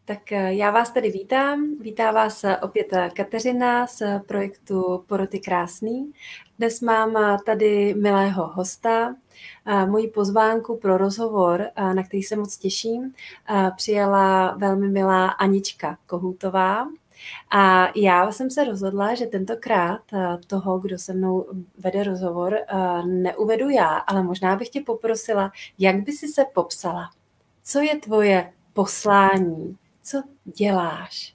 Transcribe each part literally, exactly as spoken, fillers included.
Tak já vás tady vítám. Vítá vás opět Kateřina z projektu Porod je krásný. Dnes mám tady milého hosta. Moji pozvánku pro rozhovor, na který se moc těším, přijala velmi milá Anička Kohoutová. A já jsem se rozhodla, že tentokrát toho, kdo se mnou vede rozhovor, neuvedu já, ale možná bych tě poprosila, jak by si se popsala. Co je tvoje poslání? Co děláš?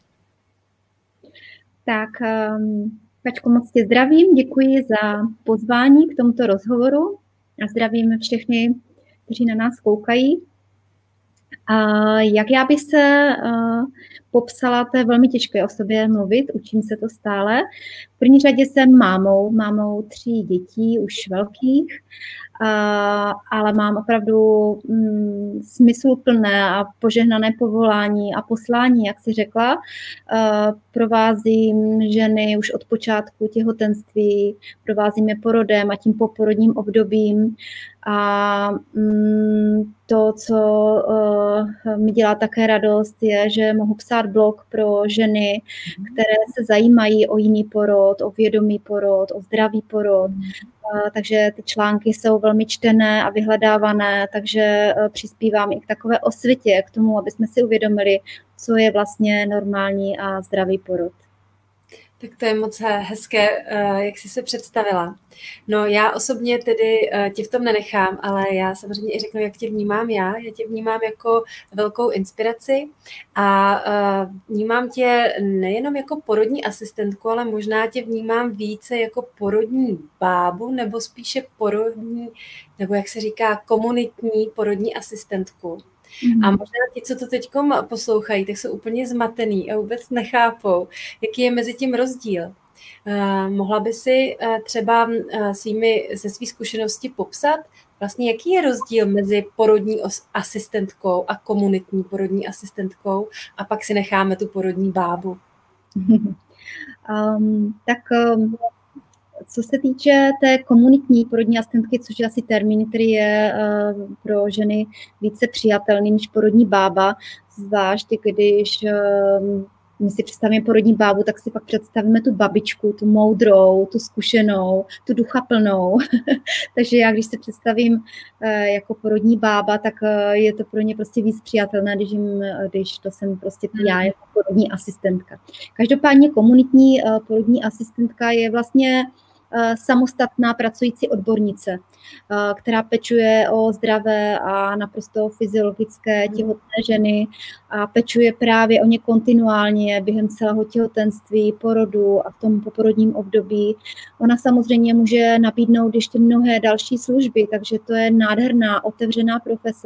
Tak, Kačko, moc tě zdravím, děkuji za pozvání k tomuto rozhovoru a zdravím všechny, kteří na nás koukají. A jak já bych se uh, popsala, to je velmi těžké o sobě mluvit, učím se to stále. V první řadě jsem mámou, mámou tří dětí, už velkých, uh, ale mám opravdu um, smysluplné a požehnané povolání a poslání, jak jsi řekla. Uh, provázím ženy už od počátku těhotenství, provázím je porodem a tím poporodním obdobím. A mm, to, co uh, mi dělá také radost, je, že mohu psát blog pro ženy, které se zajímají o jiný porod, o vědomý porod, o zdravý porod. Uh, takže ty články jsou velmi čtené a vyhledávané, takže uh, přispívám i k takové osvětě, k tomu, aby jsme si uvědomili, co je vlastně normální a zdravý porod. Tak to je moc hezké, jak jsi se představila. No já osobně tedy tě v tom nenechám, ale já samozřejmě i řeknu, jak tě vnímám já. Já tě vnímám jako velkou inspiraci a vnímám tě nejenom jako porodní asistentku, ale možná tě vnímám více jako porodní bábu nebo spíše porodní, nebo jak se říká, komunitní porodní asistentku. A možná ti, co to teď poslouchají, tak jsou úplně zmatený a vůbec nechápou, jaký je mezi tím rozdíl. Uh, mohla by si uh, třeba uh, svými, ze svých zkušeností popsat, vlastně jaký je rozdíl mezi porodní asistentkou a komunitní porodní asistentkou a pak si necháme tu porodní bábu. um, tak... Um... Co se týče té komunitní porodní asistentky, což je asi termín, který je uh, pro ženy více přijatelný než porodní bába, zvlášť když uh, my si představíme porodní bábu, tak si pak představíme tu babičku, tu moudrou, tu zkušenou, tu duchaplnou. Takže já, když se představím uh, jako porodní bába, tak uh, je to pro ně prostě víc přijatelné, když, jim, když to jsem prostě já jako porodní asistentka. Každopádně komunitní uh, porodní asistentka je vlastně samostatná pracující odbornice, která pečuje o zdravé a naprosto fyziologické těhotné ženy a pečuje právě o ně kontinuálně během celého těhotenství, porodu a v tom poporodním období. Ona samozřejmě může nabídnout ještě mnohé další služby, takže to je nádherná, otevřená profese,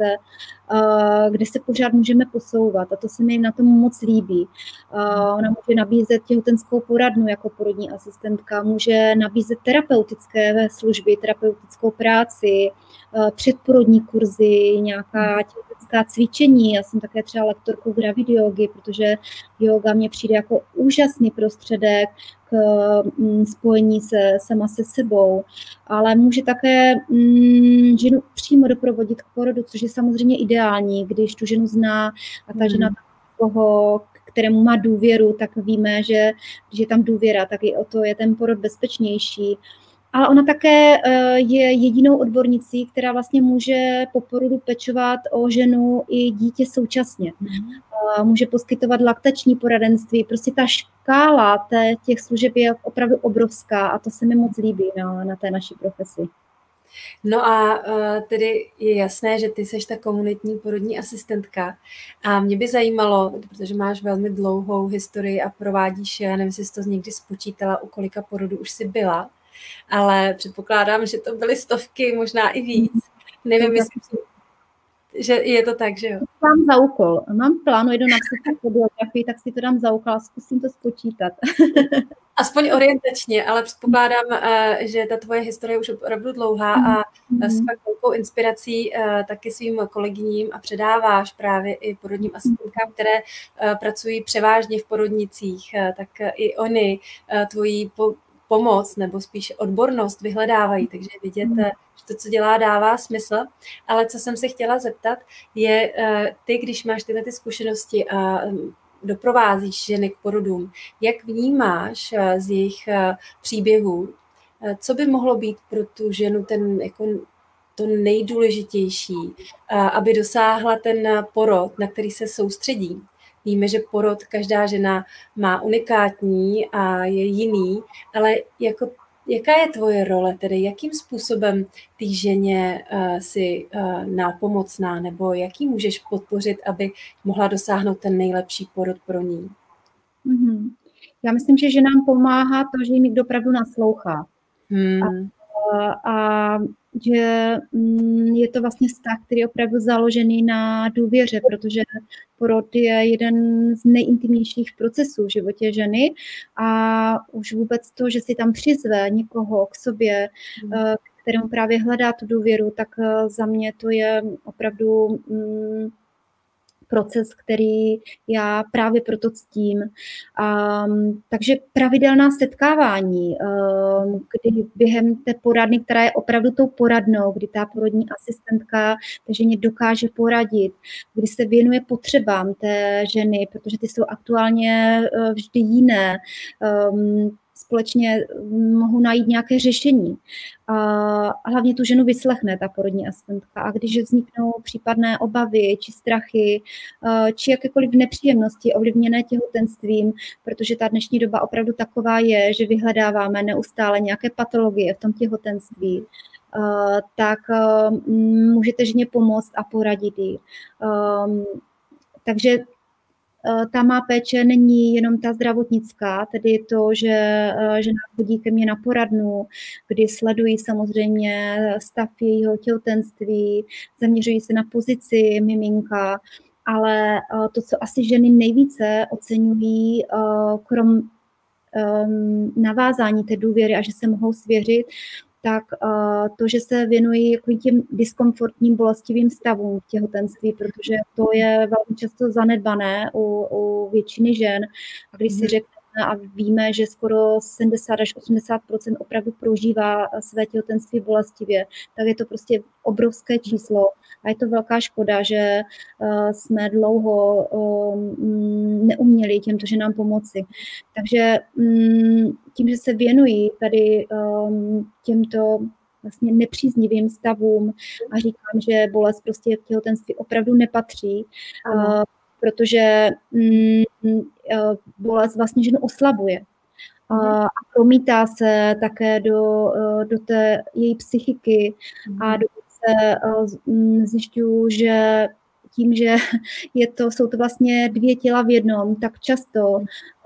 kde se pořád můžeme posouvat a to se mi na tom moc líbí. Ona může nabízet těhotenskou poradnu jako porodní asistentka, může nabízet terapeutické služby, terapeutickou práci, předporodní kurzy, nějaká těhotenská cvičení. Já jsem také třeba lektorkou gravidiogy, protože yoga mě přijde jako úžasný prostředek k spojení se sama se sebou, ale může také mm, ženu přímo doprovodit k porodu, což je samozřejmě ideální, když tu ženu zná a ta žena toho, kterému má důvěru, tak víme, že když je tam důvěra, tak i o to je ten porod bezpečnější. Ale ona také je jedinou odbornicí, která vlastně může po porodu pečovat o ženu i dítě současně. Může poskytovat laktační poradenství. Prostě ta škála těch služeb je opravdu obrovská a to se mi moc líbí na, na té naší profesi. No a tedy je jasné, že ty seš ta komunitní porodní asistentka a mě by zajímalo, protože máš velmi dlouhou historii a provádíš, já nevím, jestli jsi to někdy spočítala, u kolika porodů už jsi byla, ale předpokládám, že to byly stovky, možná i víc. Nevím, jestli, že je to tak, že jo? Mám za úkol. Mám plánu, jedu napsat biografii, tak si to dám za úkol a zkusím to spočítat. Aspoň orientačně, ale předpokládám, že ta tvoje historie je už opravdu dlouhá a s fakt velkou inspirací taky svým kolegyním a předáváš právě i porodním asistentkám, které pracují převážně v porodnicích, tak i oni tvojí pomoc nebo spíš odbornost vyhledávají, takže vidět, že to, co dělá, dává smysl. Ale co jsem se chtěla zeptat, je ty, když máš tyhle ty zkušenosti a doprovázíš ženy k porodům, jak vnímáš z jejich příběhů, co by mohlo být pro tu ženu ten jako to nejdůležitější, aby dosáhla ten porod, na který se soustředí. Víme, že porod každá žena má unikátní a je jiný, ale jako, jaká je tvoje role, tedy jakým způsobem té ženě uh, si uh, nápomocná, nebo jaký můžeš podpořit, aby mohla dosáhnout ten nejlepší porod pro ní? Mm-hmm. Já myslím, že ženám pomáhá to, že jim opravdu naslouchá. Hmm. A, a že je to vlastně vztah, který je opravdu založený na důvěře, protože porod je jeden z nejintimnějších procesů v životě ženy a už vůbec to, že si tam přizve někoho k sobě, mm. kterému právě hledá tu důvěru, tak za mě to je opravdu mm, proces, který já právě proto ctím. Um, takže pravidelná setkávání, um, kdy během té poradny, která je opravdu tou poradnou, kdy ta porodní asistentka té ženě dokáže poradit, kdy se věnuje potřebám té ženy, protože ty jsou aktuálně uh, vždy jiné. Um, společně mohou najít nějaké řešení. A hlavně tu ženu vyslechne ta porodní asistentka. A když vzniknou případné obavy či strachy, či jakékoliv nepříjemnosti ovlivněné těhotenstvím, protože ta dnešní doba opravdu taková je, že vyhledáváme neustále nějaké patologie v tom těhotenství, tak můžete ženě pomoct a poradit jí. Takže ta má péče není jenom ta zdravotnická, tedy to, že žena chodí ke mně na poradnu, kdy sledují samozřejmě stav jejího těhotenství, zaměřují se na pozici miminka, ale to, co asi ženy nejvíce oceňují, krom navázání té důvěry a že se mohou svěřit, tak to, že se věnují jako těm diskomfortním, bolestivým stavům v těhotenství, protože to je velmi často zanedbané u, u většiny žen. A když si řekneme a víme, že skoro sedmdesát až osmdesát procent opravdu prožívá své těhotenství bolestivě, tak je to prostě obrovské číslo. A je to velká škoda, že uh, jsme dlouho um, neuměli těmto ženám pomoci. Takže um, tím, že se věnují tady um, těmto vlastně nepříznivým stavům a říkám, že bolest prostě v těhotenství opravdu nepatří, uh, protože um, bolest vlastně ženu oslabuje. Uh, a promítá se také do, uh, do té její psychiky mm. a do se zjišťuju, že tím, že je to, jsou to vlastně dvě těla v jednom, tak často,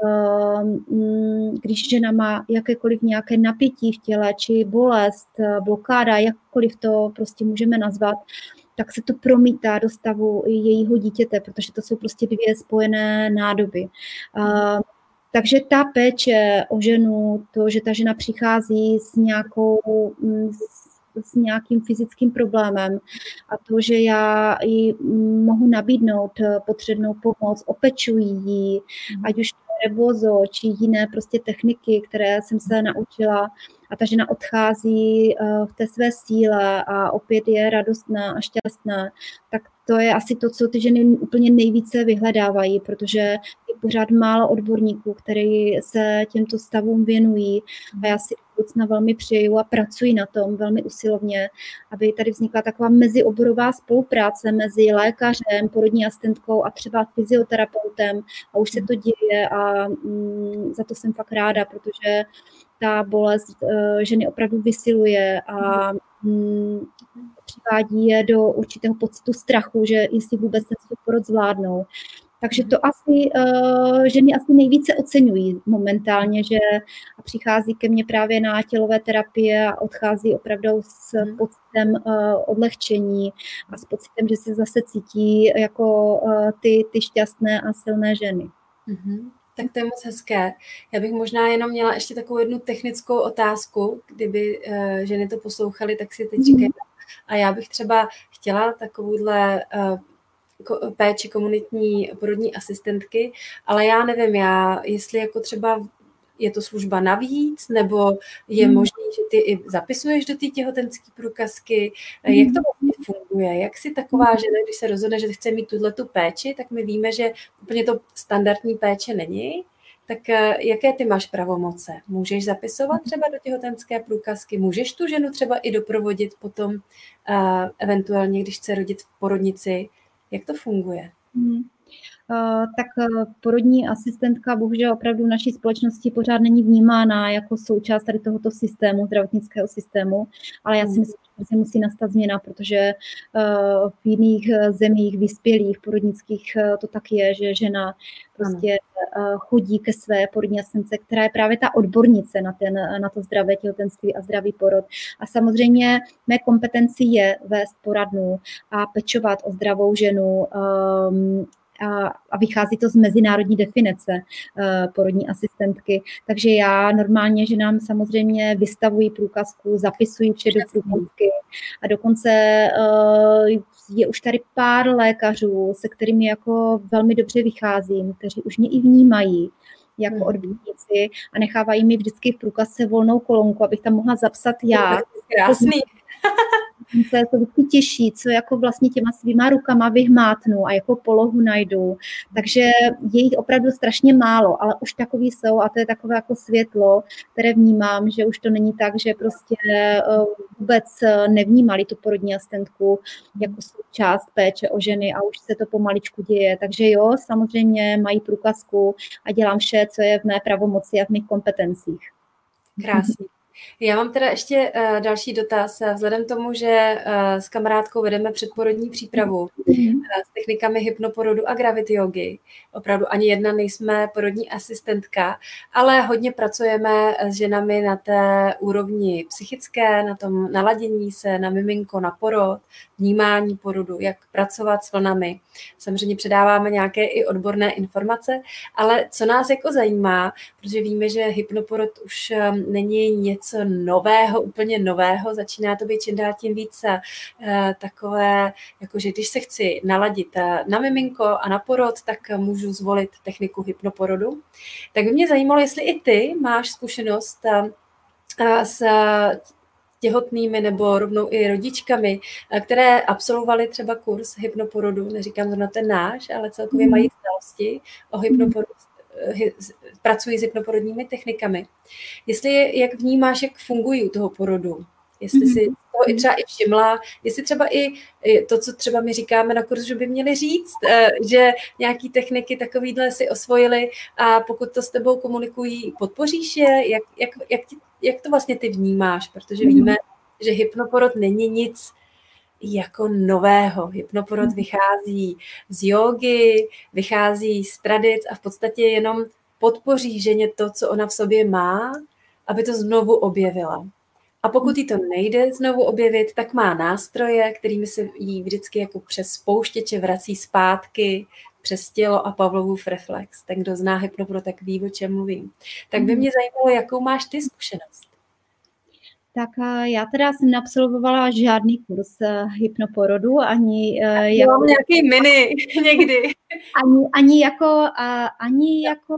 když žena má jakékoliv nějaké napětí v těle, či bolest, blokáda, jakkoliv to prostě můžeme nazvat, tak se to promítá do stavu jejího dítěte, protože to jsou prostě dvě spojené nádoby. Takže ta péče o ženu, to, že ta žena přichází s nějakou s nějakým fyzickým problémem a to, že já jí mohu nabídnout potřebnou pomoc, opečuji ji, ať už rebozo či jiné prostě techniky, které jsem se naučila a ta žena odchází v té své síle a opět je radostná a šťastná, tak to je asi to, co ty ženy úplně nejvíce vyhledávají, protože je pořád málo odborníků, kteří se těmto stavům věnují a já si budoucna velmi přeju a pracuji na tom velmi usilovně, aby tady vznikla taková mezioborová spolupráce mezi lékařem, porodní asistentkou a třeba fyzioterapeutem a už se to děje a mm, za to jsem fakt ráda, protože ta bolest uh, ženy opravdu vysiluje a mm, přivádí je do určitého pocitu strachu, že jestli vůbec ten svůj porod zvládnou. Takže to asi uh, ženy asi nejvíce oceňují momentálně, že přichází ke mně právě na tělové terapie a odchází opravdu s pocitem uh, odlehčení a s pocitem, že se zase cítí jako uh, ty, ty šťastné a silné ženy. Mm-hmm. Tak to je moc hezké. Já bych možná jenom měla ještě takovou jednu technickou otázku, kdyby uh, ženy to poslouchaly, tak si teď říkají. A já bych třeba chtěla takovouhle uh, péči komunitní porodní asistentky, ale já nevím, já, jestli jako třeba je to služba navíc, nebo je Hmm. možné, že ty i zapisuješ do té těhotenské průkazky? Jak to vlastně funguje? Jak si taková žena, když se rozhodne, že chce mít tuhletu péči, tak my víme, že úplně to standardní péče není. Tak jaké ty máš pravomoce? Můžeš zapisovat třeba do těhotenské průkazky? Můžeš tu ženu třeba i doprovodit potom uh, eventuálně, když chce rodit v porodnici? Jak to funguje? Hmm. Uh, tak uh, porodní asistentka bohužel opravdu v naší společnosti pořád není vnímána jako součást tady tohoto systému, zdravotnického systému, ale já si myslím, že se musí nastat změna, protože uh, v jiných zemích, vyspělých, porodnických uh, to tak je, že žena prostě uh, chodí ke své porodní asistentce, která je právě ta odbornice na, ten, na to zdravé těhotenství a zdravý porod. A samozřejmě mé kompetenci je vést poradnu a pečovat o zdravou ženu, um, A, a vychází to z mezinárodní definice uh, porodní asistentky. Takže já normálně, že nám samozřejmě vystavují průkazku, zapisují vše do průkazky a dokonce uh, je už tady pár lékařů, se kterými jako velmi dobře vycházím, kteří už mě i vnímají jako odborníci a nechávají mi vždycky v průkazce volnou kolonku, abych tam mohla zapsat já. Krásný. Se to vždycky těší, co jako vlastně těma svýma rukama vyhmátnu a jako polohu najdu. Takže je jich opravdu strašně málo, ale už takový jsou a to je takové jako světlo, které vnímám, že už to není tak, že prostě vůbec nevnímali tu porodní asistentku jako součást péče o ženy a už se to pomaličku děje. Takže jo, samozřejmě mají průkazku a dělám vše, co je v mé pravomoci a v mých kompetencích. Krásně. Já mám teda ještě uh, další dotaz. Vzhledem tomu, že uh, s kamarádkou vedeme předporodní přípravu uh, s technikami hypnoporodu a gravity jogy. Opravdu ani jedna nejsme porodní asistentka, ale hodně pracujeme s ženami na té úrovni psychické, na tom naladění se, na miminko, na porod, vnímání porodu, jak pracovat s vlnami. Samozřejmě předáváme nějaké i odborné informace, ale co nás jako zajímá, protože víme, že hypnoporod už um, není něco nového, úplně nového, začíná to být čím dál tím víc uh, takové, jakože když se chci naladit uh, na miminko a na porod, tak uh, můžu zvolit techniku hypnoporodu. Tak by mě zajímalo, jestli i ty máš zkušenost uh, uh, s těhotnými nebo rovnou i rodičkami, které absolvovaly třeba kurz hypnoporodu, neříkám zrovna ten náš, ale celkově mají znalosti o hypnoporodu, pracují s hypnoporodními technikami. Jestli, jak vnímáš, jak fungují u toho porodu, jestli si toho i třeba i všimla, jestli třeba i to, co třeba my říkáme na kurzu, že by měli říct, že nějaký techniky takovýhle si osvojili a pokud to s tebou komunikují, podpoříš je, jak, jak, jak, jak to vlastně ty vnímáš, protože víme, že hypnoporod není nic jako nového. Hypnoporod vychází z jógy, vychází z tradic a v podstatě jenom podpoří ženě to, co ona v sobě má, aby to znovu objevila. A pokud jí to nejde znovu objevit, tak má nástroje, kterými se jí vždycky jako přes spouštěče vrací zpátky přes tělo a Pavlovův reflex. Ten, kdo zná hypnoporod, tak ví, o čem mluvím. Tak by mě zajímalo, jakou máš ty zkušenost. Tak já teda jsem neabsolvovala žádný kurz hypnoporodu, ani jako, mám nějaký mini někdy. Ani, ani, jako, ani jako,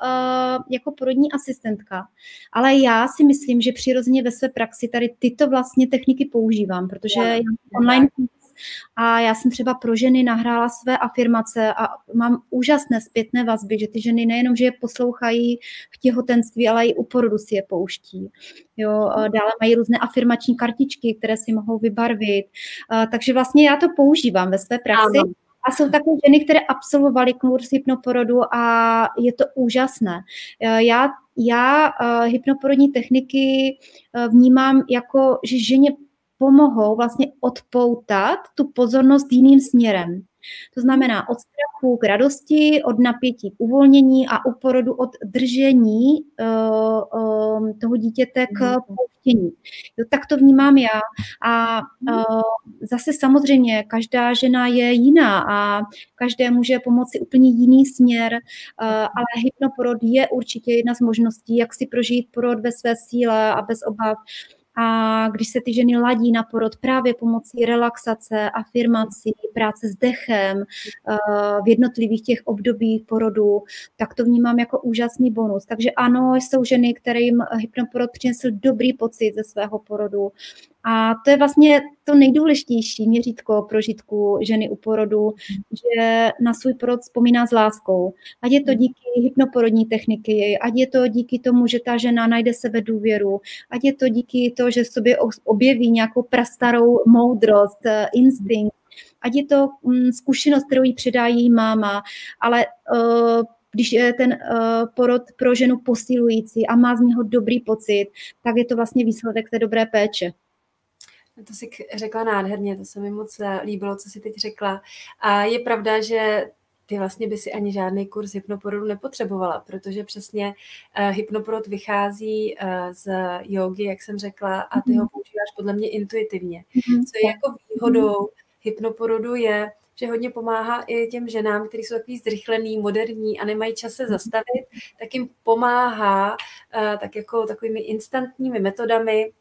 jako porodní asistentka. Ale já si myslím, že přirozeně ve své praxi tady tyto vlastně techniky používám, protože já, já online a já jsem třeba pro ženy nahrála své afirmace a mám úžasné zpětné vazby, že ty ženy nejenom, že je poslouchají v těhotenství, ale i u porodu si je pouští. Jo, dále mají různé afirmační kartičky, které si mohou vybarvit. Takže vlastně já to používám ve své praxi. Ano. A jsou takové ženy, které absolvovaly kurz hypnoporodu a je to úžasné. Já, já hypnoporodní techniky vnímám jako, že ženě pomohou vlastně odpoutat tu pozornost jiným směrem. To znamená od strachu k radosti, od napětí k uvolnění a u porodu od držení uh, uh, toho dítěte k pouštění. Jo, tak to vnímám já. A uh, zase samozřejmě každá žena je jiná a každé může pomoci úplně jiný směr, uh, ale hypnoporod je určitě jedna z možností, jak si prožít porod ve své síle a bez obav. A když se ty ženy ladí na porod právě pomocí relaxace, afirmací, práce s dechem v jednotlivých těch obdobích porodu, tak to vnímám jako úžasný bonus. Takže ano, jsou ženy, kterým hypnoporod přinesl dobrý pocit ze svého porodu. A to je vlastně to nejdůležitější měřítko prožitku ženy u porodu, že na svůj porod vzpomíná s láskou. Ať je to díky hypnoporodní techniky, ať je to díky tomu, že ta žena najde sebe důvěru, ať je to díky to, že v sobě objeví nějakou prastarou moudrost, instinkt, ať je to zkušenost, kterou jí předá její máma, ale uh, když je ten uh, porod pro ženu posilující a má z něho dobrý pocit, tak je to vlastně výsledek té dobré péče. To jsi řekla nádherně, to se mi moc líbilo, co jsi teď řekla. A je pravda, že ty vlastně by si ani žádný kurz hypnoporodu nepotřebovala, protože přesně uh, hypnoporod vychází uh, z jógy, jak jsem řekla, a ty ho používáš podle mě intuitivně. Co je jako výhodou hypnoporodu je, že hodně pomáhá i těm ženám, kteří jsou takový zrychlený, moderní a nemají čas se zastavit, tak jim pomáhá uh, tak jako takovými instantními metodami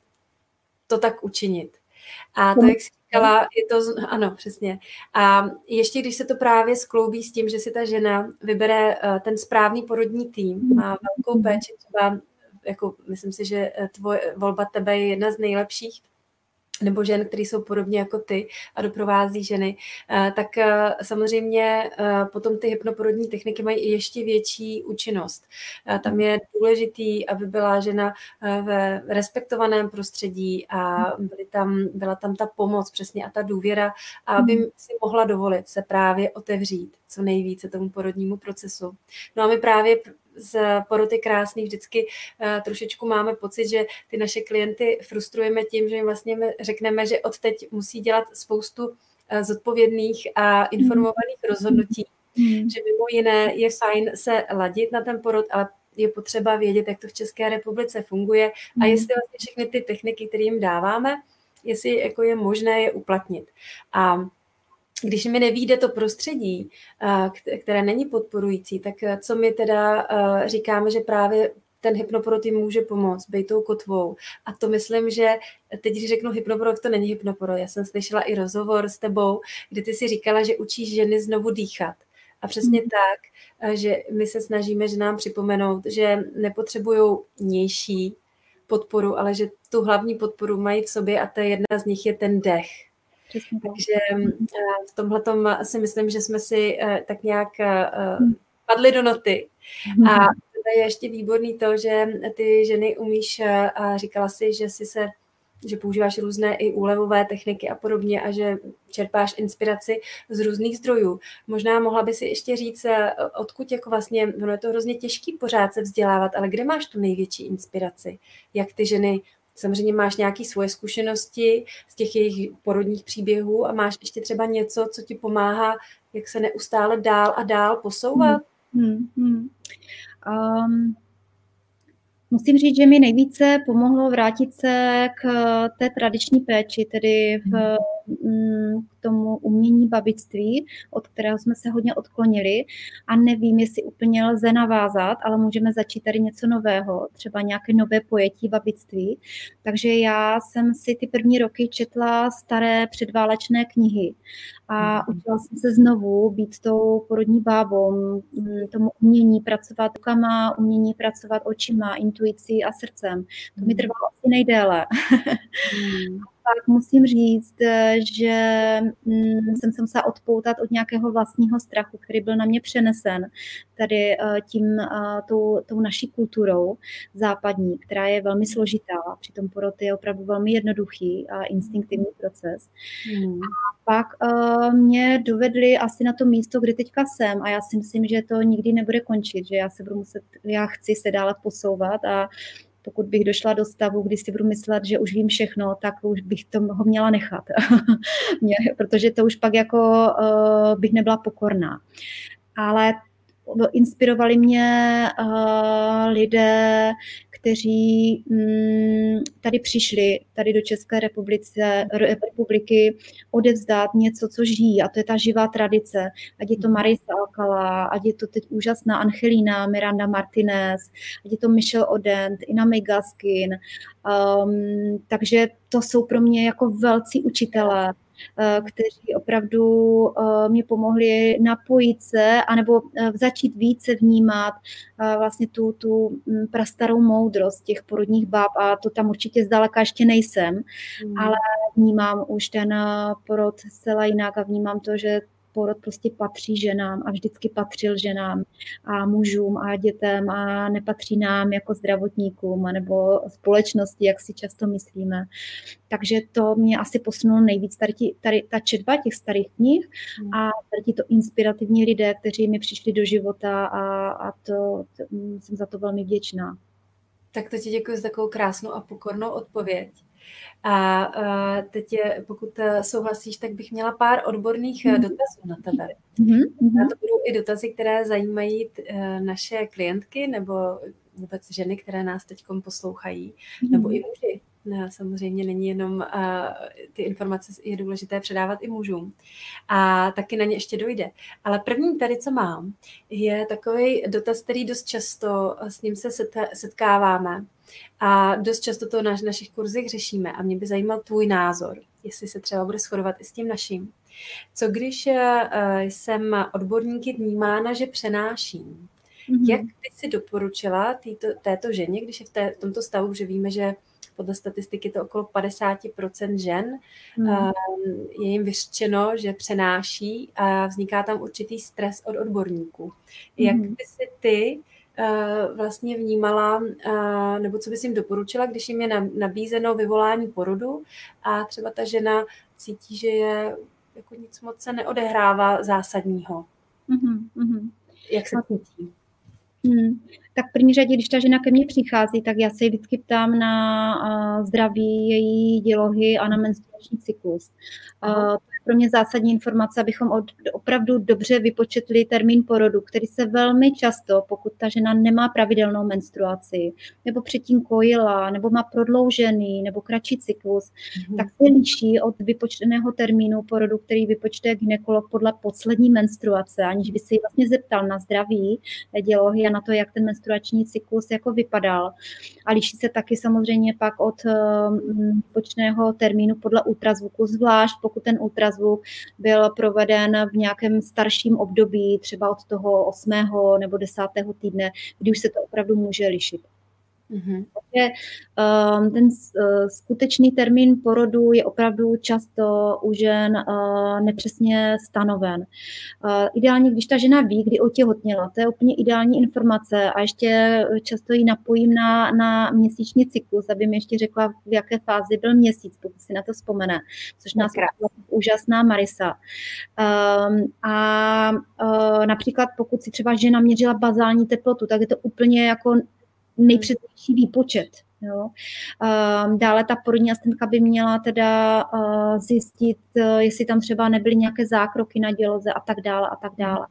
to tak učinit. A to, jak jsi říkala, je to, ano, přesně. A ještě když se to právě skloubí s tím, že si ta žena vybere ten správný porodní tým, má velkou péči, třeba, jako myslím si, že tvoje volba tebe je jedna z nejlepších, nebo žen, které jsou podobně jako ty a doprovází ženy, tak samozřejmě potom ty hypnoporodní techniky mají i ještě větší účinnost. Tam je důležitý, aby byla žena ve respektovaném prostředí a byly tam, byla tam ta pomoc přesně a ta důvěra, a aby si mohla dovolit se právě otevřít co nejvíce tomu porodnímu procesu. No a my právě z porod je krásný, vždycky uh, trošičku máme pocit, že ty naše klienty frustrujeme tím, že jim vlastně řekneme, že odteď musí dělat spoustu uh, zodpovědných a informovaných rozhodnutí, mm. že mimo jiné je fajn se ladit na ten porod, ale je potřeba vědět, jak to v České republice funguje a jestli vlastně všechny ty techniky, které jim dáváme, jestli jako je možné je uplatnit. A když mi nevyjde to prostředí, které není podporující, tak co my teda říkáme, že právě ten hypnoporod jim může pomoct, být tou kotvou. A to myslím, že teď, když řeknu hypnoporod, to není hypnoporod. Já jsem slyšela i rozhovor s tebou, kdy ty si říkala, že učíš ženy znovu dýchat. A přesně tak, že my se snažíme ženám připomenout, že nepotřebují nější podporu, ale že tu hlavní podporu mají v sobě a ta jedna z nich je ten dech. Takže v tomhletom si myslím, že jsme si tak nějak padli do noty. A to je ještě výborný to, že ty ženy umíš, a říkala si, že si se, že používáš různé i úlevové techniky a podobně a že čerpáš inspiraci z různých zdrojů. Možná mohla by si ještě říct, odkud jako vlastně, ono je to hrozně těžký pořád se vzdělávat, ale kde máš tu největší inspiraci? Jak ty ženy, samozřejmě máš nějaké svoje zkušenosti z těch jejich porodních příběhů a máš ještě třeba něco, co ti pomáhá, jak se neustále dál a dál posouvat? Hmm, hmm. Um, musím říct, že mi nejvíce pomohlo vrátit se k té tradiční péči, tedy v, k tomu umění babictví, od kterého jsme se hodně odklonili a nevím, jestli úplně lze navázat, ale můžeme začít tady něco nového, třeba nějaké nové pojetí babictví. Takže já jsem si ty první roky četla staré předválečné knihy a učila jsem se znovu být tou porodní bábou, tomu umění pracovat rukama, umění pracovat očima, intuicí a srdcem. To mi trvalo asi nejdéle. Hmm. Tak musím říct, že jsem se musela odpoutat od nějakého vlastního strachu, který byl na mě přenesen tady tím, tou, tou naší kulturou západní, která je velmi složitá. Přitom porod je opravdu velmi jednoduchý a instinktivní proces. Hmm. A pak mě dovedli asi na to místo, kde teďka jsem a já si myslím, že to nikdy nebude končit, že já se budu muset, já chci se dále posouvat a pokud bych došla do stavu, kdy si budu myslet, že už vím všechno, tak už bych toho měla nechat, protože to už pak jako uh, bych nebyla pokorná. Ale inspirovali mě uh, lidé, kteří um, tady přišli, tady do České republice, republiky odevzdat něco, co žijí, a to je ta živá tradice. Ať je to Marisa Alcala, ať je to teď úžasná Angelina, Miranda Martinez, ať je to Michelle Odent, Ina May Gaskin. Um, takže to jsou pro mě jako velcí učitelé, kteří opravdu mě pomohli napojit se anebo začít více vnímat vlastně tu, tu prastarou moudrost těch porodních báb, a to tam určitě zdaleka ještě nejsem, mm. ale vnímám už ten porod zcela jinak a vnímám to, že porod prostě patří ženám a vždycky patřil ženám a mužům a dětem a nepatří nám jako zdravotníkům nebo společnosti, jak si často myslíme. Takže to mě asi posunulo nejvíc, tady, tady ta četba těch starých knih hmm. a tady to inspirativní lidé, kteří mi přišli do života, a, a to, to jsem za to velmi vděčná. Tak to ti děkuji za takovou krásnou a pokornou odpověď. A, a teď, je, pokud souhlasíš, tak bych měla pár odborných mm. dotazů na tebe. Mm. A to budou i dotazy, které zajímají t, naše klientky nebo vůbec ženy, které nás teď poslouchají, mm. nebo i muži. No, samozřejmě není jenom uh, ty informace je důležité předávat i mužům. A taky na ně ještě dojde. Ale první tady, co mám, je takový dotaz, který dost často s ním se setkáváme. A dost často to na našich kurzech řešíme. A mě by zajímal tvůj názor, jestli se třeba bude shodovat i s tím naším. Co když uh, jsem odborníky vnímána, že přenáším? Mm-hmm. Jak by si doporučila týto, této ženě, když je v, té, v tomto stavu, že víme, že podle statistiky to okolo padesát procent žen, hmm. je jim vyřčeno, že přenáší a vzniká tam určitý stres od odborníků. Hmm. Jak by si ty vlastně vnímala, nebo co bys jim doporučila, když jim je nabízeno vyvolání porodu a třeba ta žena cítí, že je jako nic moc se neodehrává zásadního. Hmm. Jak se cítí? Hmm. Tak v první řadě, když ta žena ke mně přichází, tak já se ji vždycky ptám na uh, zdraví její dělohy a na menstruační cyklus. Uh, to je pro mě zásadní informace, abychom od, opravdu dobře vypočetli termín porodu, který se velmi často, pokud ta žena nemá pravidelnou menstruaci, nebo předtím kojila, nebo má prodloužený, nebo kratší cyklus, mm. tak se liší od vypočteného termínu porodu, který vypočte gynekolog podle poslední menstruace, aniž by se jí vlastně zeptal na zdraví dělohy a na to, jak ten menstruační cyklus jako vypadal. A liší se taky samozřejmě pak od um, počného termínu podle ultrazvuku, zvlášť pokud ten ultrazvuk byl proveden v nějakém starším období, třeba od toho osmého nebo desátého týdne, kdy už se to opravdu může lišit. Mm-hmm. Takže um, ten uh, skutečný termín porodu je opravdu často u žen uh, nepřesně stanoven. Uh, ideálně, když ta žena ví, kdy otěhotněla, to je úplně ideální informace a ještě často ji napojím na, na měsíční cyklus, aby mi ještě řekla, v jaké fázi byl měsíc, pokud si na to vzpomene, což nás je úžasná Marisa. Um, a uh, například pokud si třeba žena měřila bazální teplotu, tak je to úplně jako nejpřesnější výpočet. Jo. Um, dále ta porodní asistentka by měla teda uh, zjistit, uh, jestli tam třeba nebyly nějaké zákroky na děloze a tak dále a tak dále.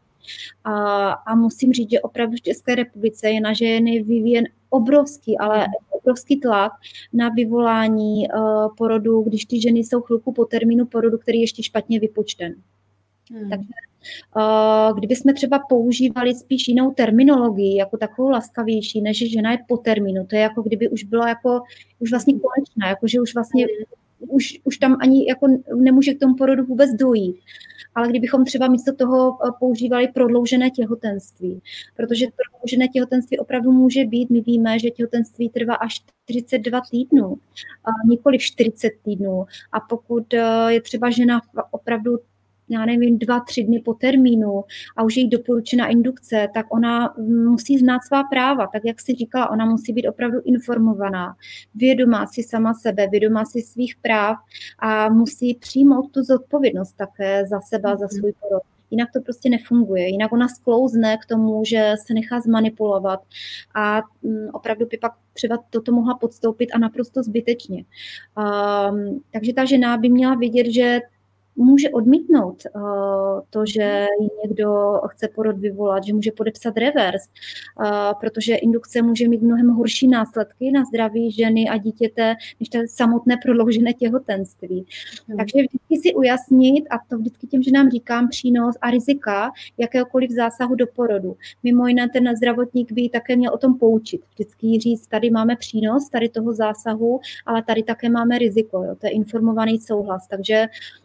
A, a musím říct, že opravdu v České republice je na ženy vyvíjen obrovský, ale obrovský tlak na vyvolání uh, porodu, když ty ženy jsou chvilku po termínu porodu, který je ještě špatně vypočten. Hmm. Takže uh, kdybychom třeba používali spíš jinou terminologii, jako takovou laskavější, než že žena je po termínu, to je jako kdyby už byla jako, už vlastně konečná, jako že už vlastně, už, už tam ani jako nemůže k tomu porodu vůbec dojít. Ale kdybychom třeba místo toho používali prodloužené těhotenství, protože prodloužené těhotenství opravdu může být, my víme, že těhotenství trvá až čtyřicet dva týdnů, nikoli čtyřicet týdnů. A pokud je třeba žena opravdu já nevím, dva, tři dny po termínu a už je jí doporučena indukce, tak ona musí znát svá práva. Tak jak si říkala, ona musí být opravdu informovaná, vědomá si sama sebe, vědomá si svých práv a musí přijmout tu zodpovědnost také za sebe, za svůj porod. Jinak to prostě nefunguje. Jinak ona sklouzne k tomu, že se nechá zmanipulovat a um, opravdu by pak třeba toto mohla podstoupit a naprosto zbytečně. Um, takže ta žena by měla vědět, že může odmítnout uh, to, že někdo chce porod vyvolat, že může podepsat revers, uh, protože indukce může mít mnohem horší následky na zdraví ženy a dítěte, než to samotné prodloužené těhotenství. Hmm. Takže vždycky si ujasnit, a to vždycky těm ženám říkám, přínos a rizika jakéhokoliv zásahu do porodu. Mimo jiné ten zdravotník by také měl o tom poučit. Vždycky říct, tady máme přínos, tady toho zásahu, ale tady také máme riziko. Jo? To je informovaný souhlas. Takže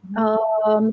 um,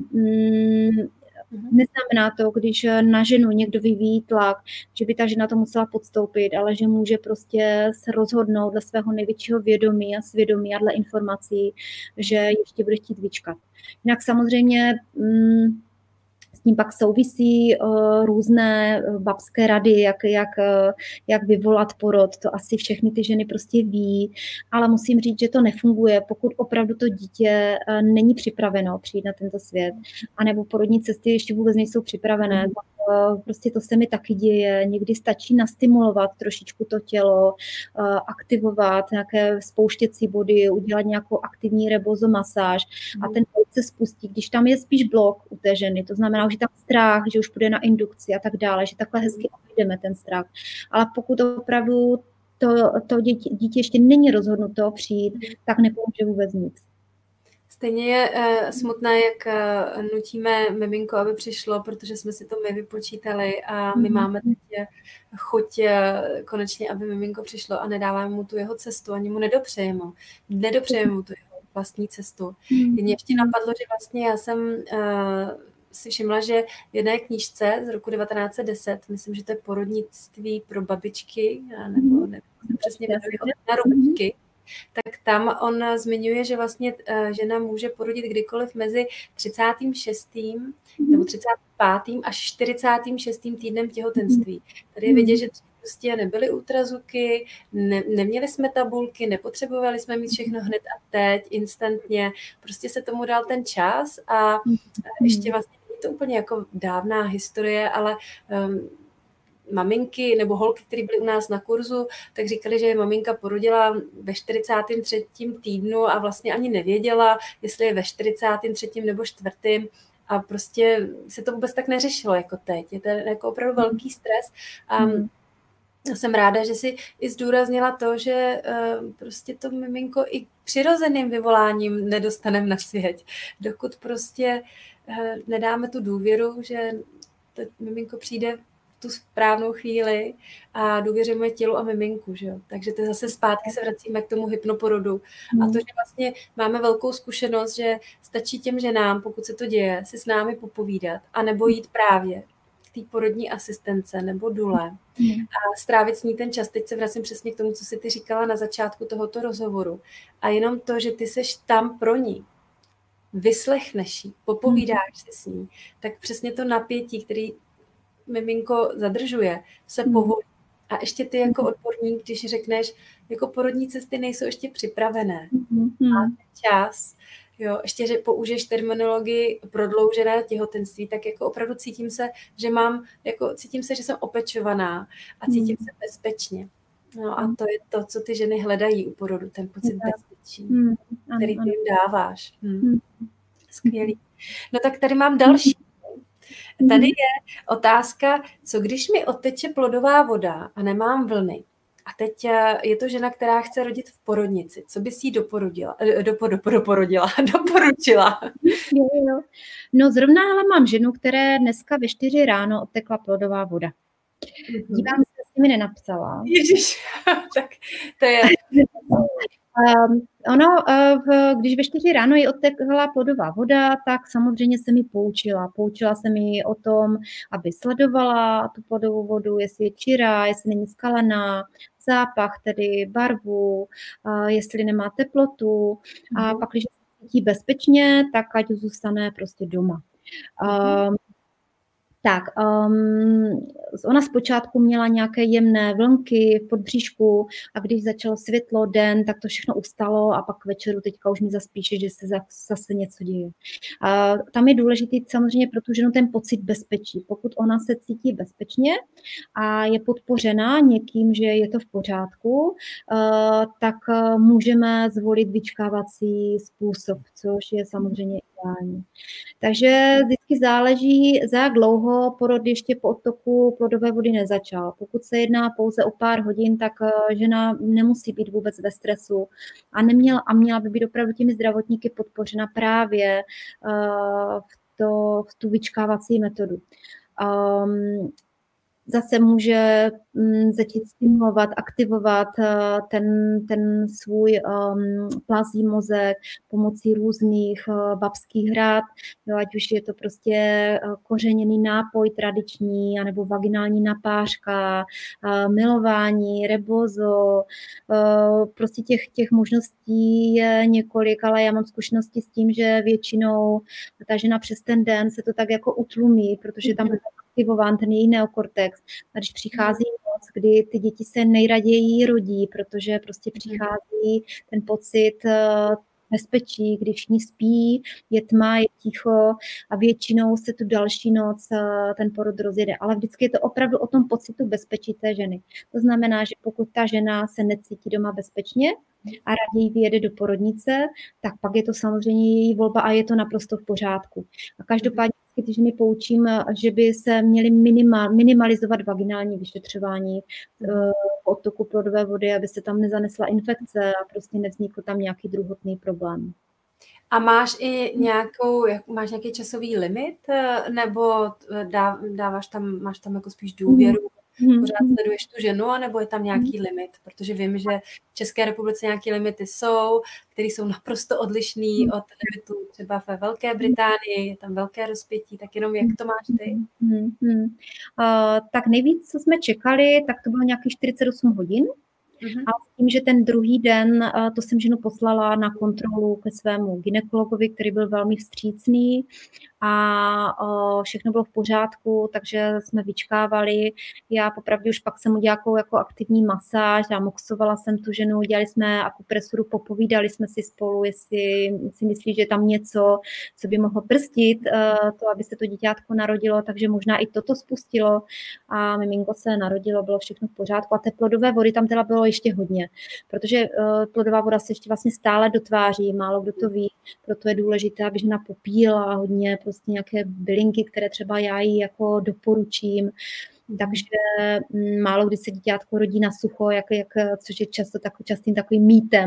mm, neznamená to, když na ženu někdo vyvíjí tlak, že by ta žena to musela podstoupit, ale že může prostě se rozhodnout dle svého největšího vědomí a svědomí a dle informací, že ještě bude chtít vyčkat. Jinak samozřejmě mm, s tím pak souvisí uh, různé babské rady, jak, jak, uh, jak vyvolat porod. To asi všechny ty ženy prostě ví, ale musím říct, že to nefunguje, pokud opravdu to dítě uh, není připraveno přijít na tento svět, anebo porodní cesty ještě vůbec nejsou připravené. Uh, prostě to se mi taky děje. Někdy stačí nastimulovat trošičku to tělo, uh, aktivovat nějaké spouštěcí body, udělat nějakou aktivní rebozomasáž a ten se spustí, když tam je spíš blok u té ženy, to znamená, že tam strach, že už půjde na indukci a tak dále, že takhle hezky obejdeme ten strach. Ale pokud opravdu to, to dítě, dítě ještě není rozhodnuto přijít, tak nepomůže vůbec nic. Stejně je uh, smutné, jak uh, nutíme miminko, aby přišlo, protože jsme si to my vypočítali a my mm-hmm. máme teď chuť uh, konečně, aby miminko přišlo a nedáváme mu tu jeho cestu, ani mu nedopřejeme. Nedopřejeme mu tu jeho vlastní cestu. Mm-hmm. Mě ještě napadlo, že vlastně já jsem uh, si všimla, že v jedné knížce z roku devatenáct set deset, myslím, že to je Porodnictví pro babičky, nebo nevím, přesně na rubričky, tak tam on zmiňuje, že vlastně žena může porodit kdykoliv mezi třicátým šestým nebo třicátým pátým až čtyřicátým šestým týdnem těhotenství. Tady je vidět, že prostě nebyly ultrazvuky, ne, neměli jsme tabulky, nepotřebovali jsme mít všechno hned a teď, instantně. Prostě se tomu dal ten čas a ještě vlastně je to úplně jako dávná historie, ale um, maminky nebo holky, které byly u nás na kurzu, tak říkali, že maminka porodila ve čtyřicátém třetím týdnu a vlastně ani nevěděla, jestli je ve čtyřicátém třetím nebo čtvrtém a prostě se to vůbec tak neřešilo jako teď. Je to jako opravdu velký stres a hmm. jsem ráda, že si i zdůraznila to, že uh, prostě to miminko i přirozeným vyvoláním nedostaneme na svět, dokud prostě uh, nedáme tu důvěru, že to miminko přijde tu správnou chvíli a důvěřujeme tělu a miminku, že jo. Takže to zase zpátky se vracíme k tomu hypnoporodu. Mm. A to, že vlastně máme velkou zkušenost, že stačí těm ženám, pokud se to děje, si s námi popovídat a nebo jít právě k té porodní asistence nebo dule mm. a strávit s ní ten čas. Teď se vracím přesně k tomu, co jsi ty říkala na začátku tohoto rozhovoru. A jenom to, že ty seš tam pro ní, vyslechneš jí, popovídáš si s ní, tak přesně to napětí, který miminko zadržuje, se povolí. A ještě ty jako odborník, když řekneš, jako porodní cesty nejsou ještě připravené. Máte čas, jo, ještě, že použiješ terminologii prodloužené těhotenství, tak jako opravdu cítím se, že mám, jako cítím se, že jsem opečovaná a cítím se bezpečně. No a to je to, co ty ženy hledají u porodu, ten pocit bezpečí, který ty jim dáváš. Hm. Skvělý. No tak tady mám další. Tady je otázka, co když mi odteče plodová voda a nemám vlny. A teď je to žena, která chce rodit v porodnici. Co bys jí doporodila, dopo, dopo, doporodila, doporučila? Jo, jo. No zrovna ale mám ženu, které dneska ve čtyři ráno odtekla plodová voda. Mm-hmm. Dívám se, jestli mi nenapsala. Ježiš, tak to je... Um, ono, uh, když ve čtyři ráno jí odtekla plodová voda, tak samozřejmě se mi poučila. Poučila se mi o tom, aby sledovala tu plodovou vodu, jestli je čirá, jestli není skalená, zápach, tedy barvu, uh, jestli nemá teplotu. Mm. A pak, když se cítí bezpečně, tak ať zůstane prostě doma. Um, Tak, um, ona zpočátku měla nějaké jemné vlnky v podbříšku a když začalo světlo, den, tak to všechno ustalo a pak večeru teďka už mi zaspíše, že se zase něco děje. A tam je důležitý samozřejmě pro tu ženu ten pocit bezpečí. Pokud ona se cítí bezpečně a je podpořena někým, že je to v pořádku, uh, tak můžeme zvolit vyčkávací způsob, což je samozřejmě vyšetřování. Takže vždycky záleží, za jak dlouho porod ještě po odtoku plodové vody nezačal. Pokud se jedná pouze o pár hodin, tak žena nemusí být vůbec ve stresu a, neměla, a měla by být opravdu těmi zdravotníky podpořena právě uh, v, to, v tu vyčkávací metodu. Um, Zase může um, začít stimulovat, aktivovat uh, ten, ten svůj um, plazí mozek pomocí různých uh, babských hrad, jo, ať už je to prostě uh, kořeněný nápoj tradiční, anebo vaginální napářka, uh, milování, rebozo, uh, prostě těch, těch možností je několik, ale já mám zkušenosti s tím, že většinou ta žena přes ten den se to tak jako utlumí, protože tam aktivován ten její neokortex. A když přichází noc, kdy ty děti se nejraději rodí, protože prostě přichází ten pocit bezpečí, kdy všichni spí, je tma, je ticho a většinou se tu další noc ten porod rozjede. Ale vždycky je to opravdu o tom pocitu bezpečí té ženy. To znamená, že pokud ta žena se necítí doma bezpečně a raději vyjede do porodnice, tak pak je to samozřejmě její volba a je to naprosto v pořádku. A každopádně ty ženy poučím, že by se měly minimal, minimalizovat vaginální vyšetřování v odtoku plodové vody, aby se tam nezanesla infekce a prostě nevznikl tam nějaký druhotný problém. A máš i nějakou, máš nějaký časový limit, nebo dá, dáváš tam, máš tam jako spíš důvěru, hmm. pořád sleduješ tu ženu, anebo je tam nějaký limit? Protože vím, že v České republice nějaké limity jsou, které jsou naprosto odlišný od limitů třeba ve Velké Británii, je tam velké rozpětí, tak jenom jak to máš ty? Hmm. Hmm. Uh, tak nejvíc, co jsme čekali, tak to bylo nějakých čtyřicet osm hodin. A s tím, že ten druhý den, to jsem ženu poslala na kontrolu ke svému gynekologovi, který byl velmi vstřícný a všechno bylo v pořádku, takže jsme vyčkávali. Já popravdě už pak jsem udělala jako aktivní masáž a moxovala jsem tu ženu, dělali jsme akupresuru, popovídali jsme si spolu, jestli si myslí, že je tam něco, co by mohlo brzdit to, aby se to dítětko narodilo, takže možná i toto spustilo a miminko se narodilo, bylo všechno v pořádku a té plodové vody tam teda bylo ještě hodně, protože plodová voda se ještě vlastně stále dotváří, málo kdo to ví, proto je důležité, aby žena popíjela hodně prostě nějaké bylinky, které třeba já jí jako doporučím, takže málo kdy se dítětko rodí na sucho, jak, jak, což je často tak, častým takovým mýtem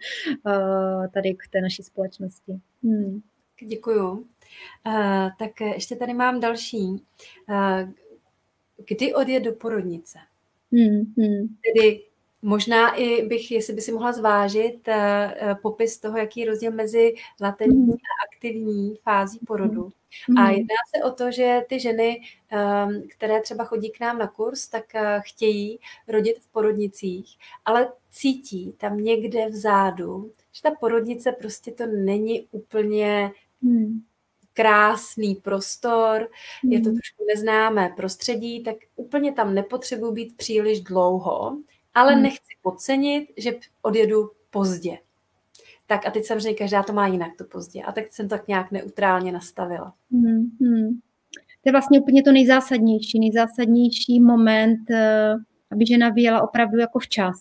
tady k té naší společnosti. Hmm. Děkuju. Uh, tak ještě tady mám další. Uh, kdy odjet do porodnice? Hmm. Hmm. Tedy možná i bych, jestli by si mohla zvážit uh, popis toho, jaký je rozdíl mezi latentní mm. a aktivní fází porodu. Mm. A jedná se o to, že ty ženy, um, které třeba chodí k nám na kurz, tak uh, chtějí rodit v porodnicích, ale cítí tam někde vzadu, že ta porodnice prostě to není úplně mm. krásný prostor, mm. je to trošku neznámé prostředí, tak úplně tam nepotřebuji být příliš dlouho, ale hmm. nechci podcenit, že odjedu pozdě. Tak a teď samozřejmě každá to má jinak, to pozdě. A tak jsem tak nějak neutrálně nastavila. Hmm. Hmm. To je vlastně úplně to nejzásadnější, nejzásadnější moment, aby žena vyjela opravdu jako včas.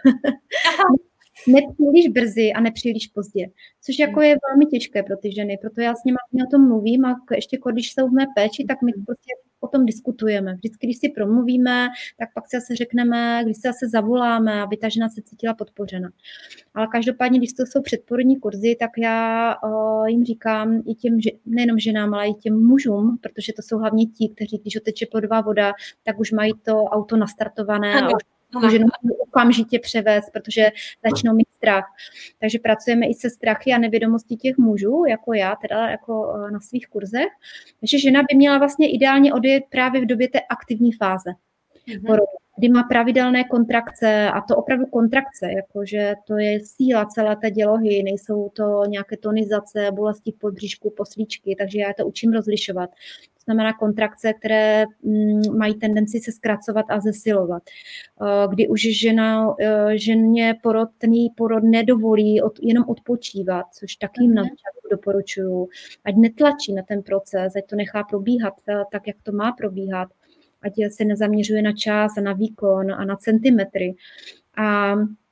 Nepříliš brzy a nepříliš pozdě. Což jako je velmi těžké pro ty ženy, proto já s nimi o tom mluvím a ještě když jsou v mé péči, tak my prostě o tom diskutujeme. Vždycky, když si promluvíme, tak pak si zase řekneme, když se zase zavoláme, aby ta žena se cítila podpořena. Ale každopádně, když to jsou předporodní kurzy, tak já uh, jim říkám i těm, nejenom ženám, ale i těm mužům, protože to jsou hlavně ti, kteří, když oteče plodová voda, tak už mají to auto nastartované a už můžeme okamžitě převést, protože začnou mít strach. Takže pracujeme i se strachy a nevědomostí těch mužů, jako já, teda jako na svých kurzech. Takže žena by měla vlastně ideálně odjet právě v době té aktivní fáze mm-hmm. kdy má pravidelné kontrakce a to opravdu kontrakce, jakože to je síla celé té dělohy, nejsou to nějaké tonizace, bolesti v podbříšku, poslíčky, takže já to učím rozlišovat. To znamená kontrakce, které mm, mají tendenci se zkracovat a zesilovat. Kdy už žena, ženě porod, ten její porod nedovolí od, jenom odpočívat, což taky jim na začátku doporučuju, ať netlačí na ten proces, ať to nechá probíhat tak, jak to má probíhat, ať se nezaměřuje na čas a na výkon a na centimetry. A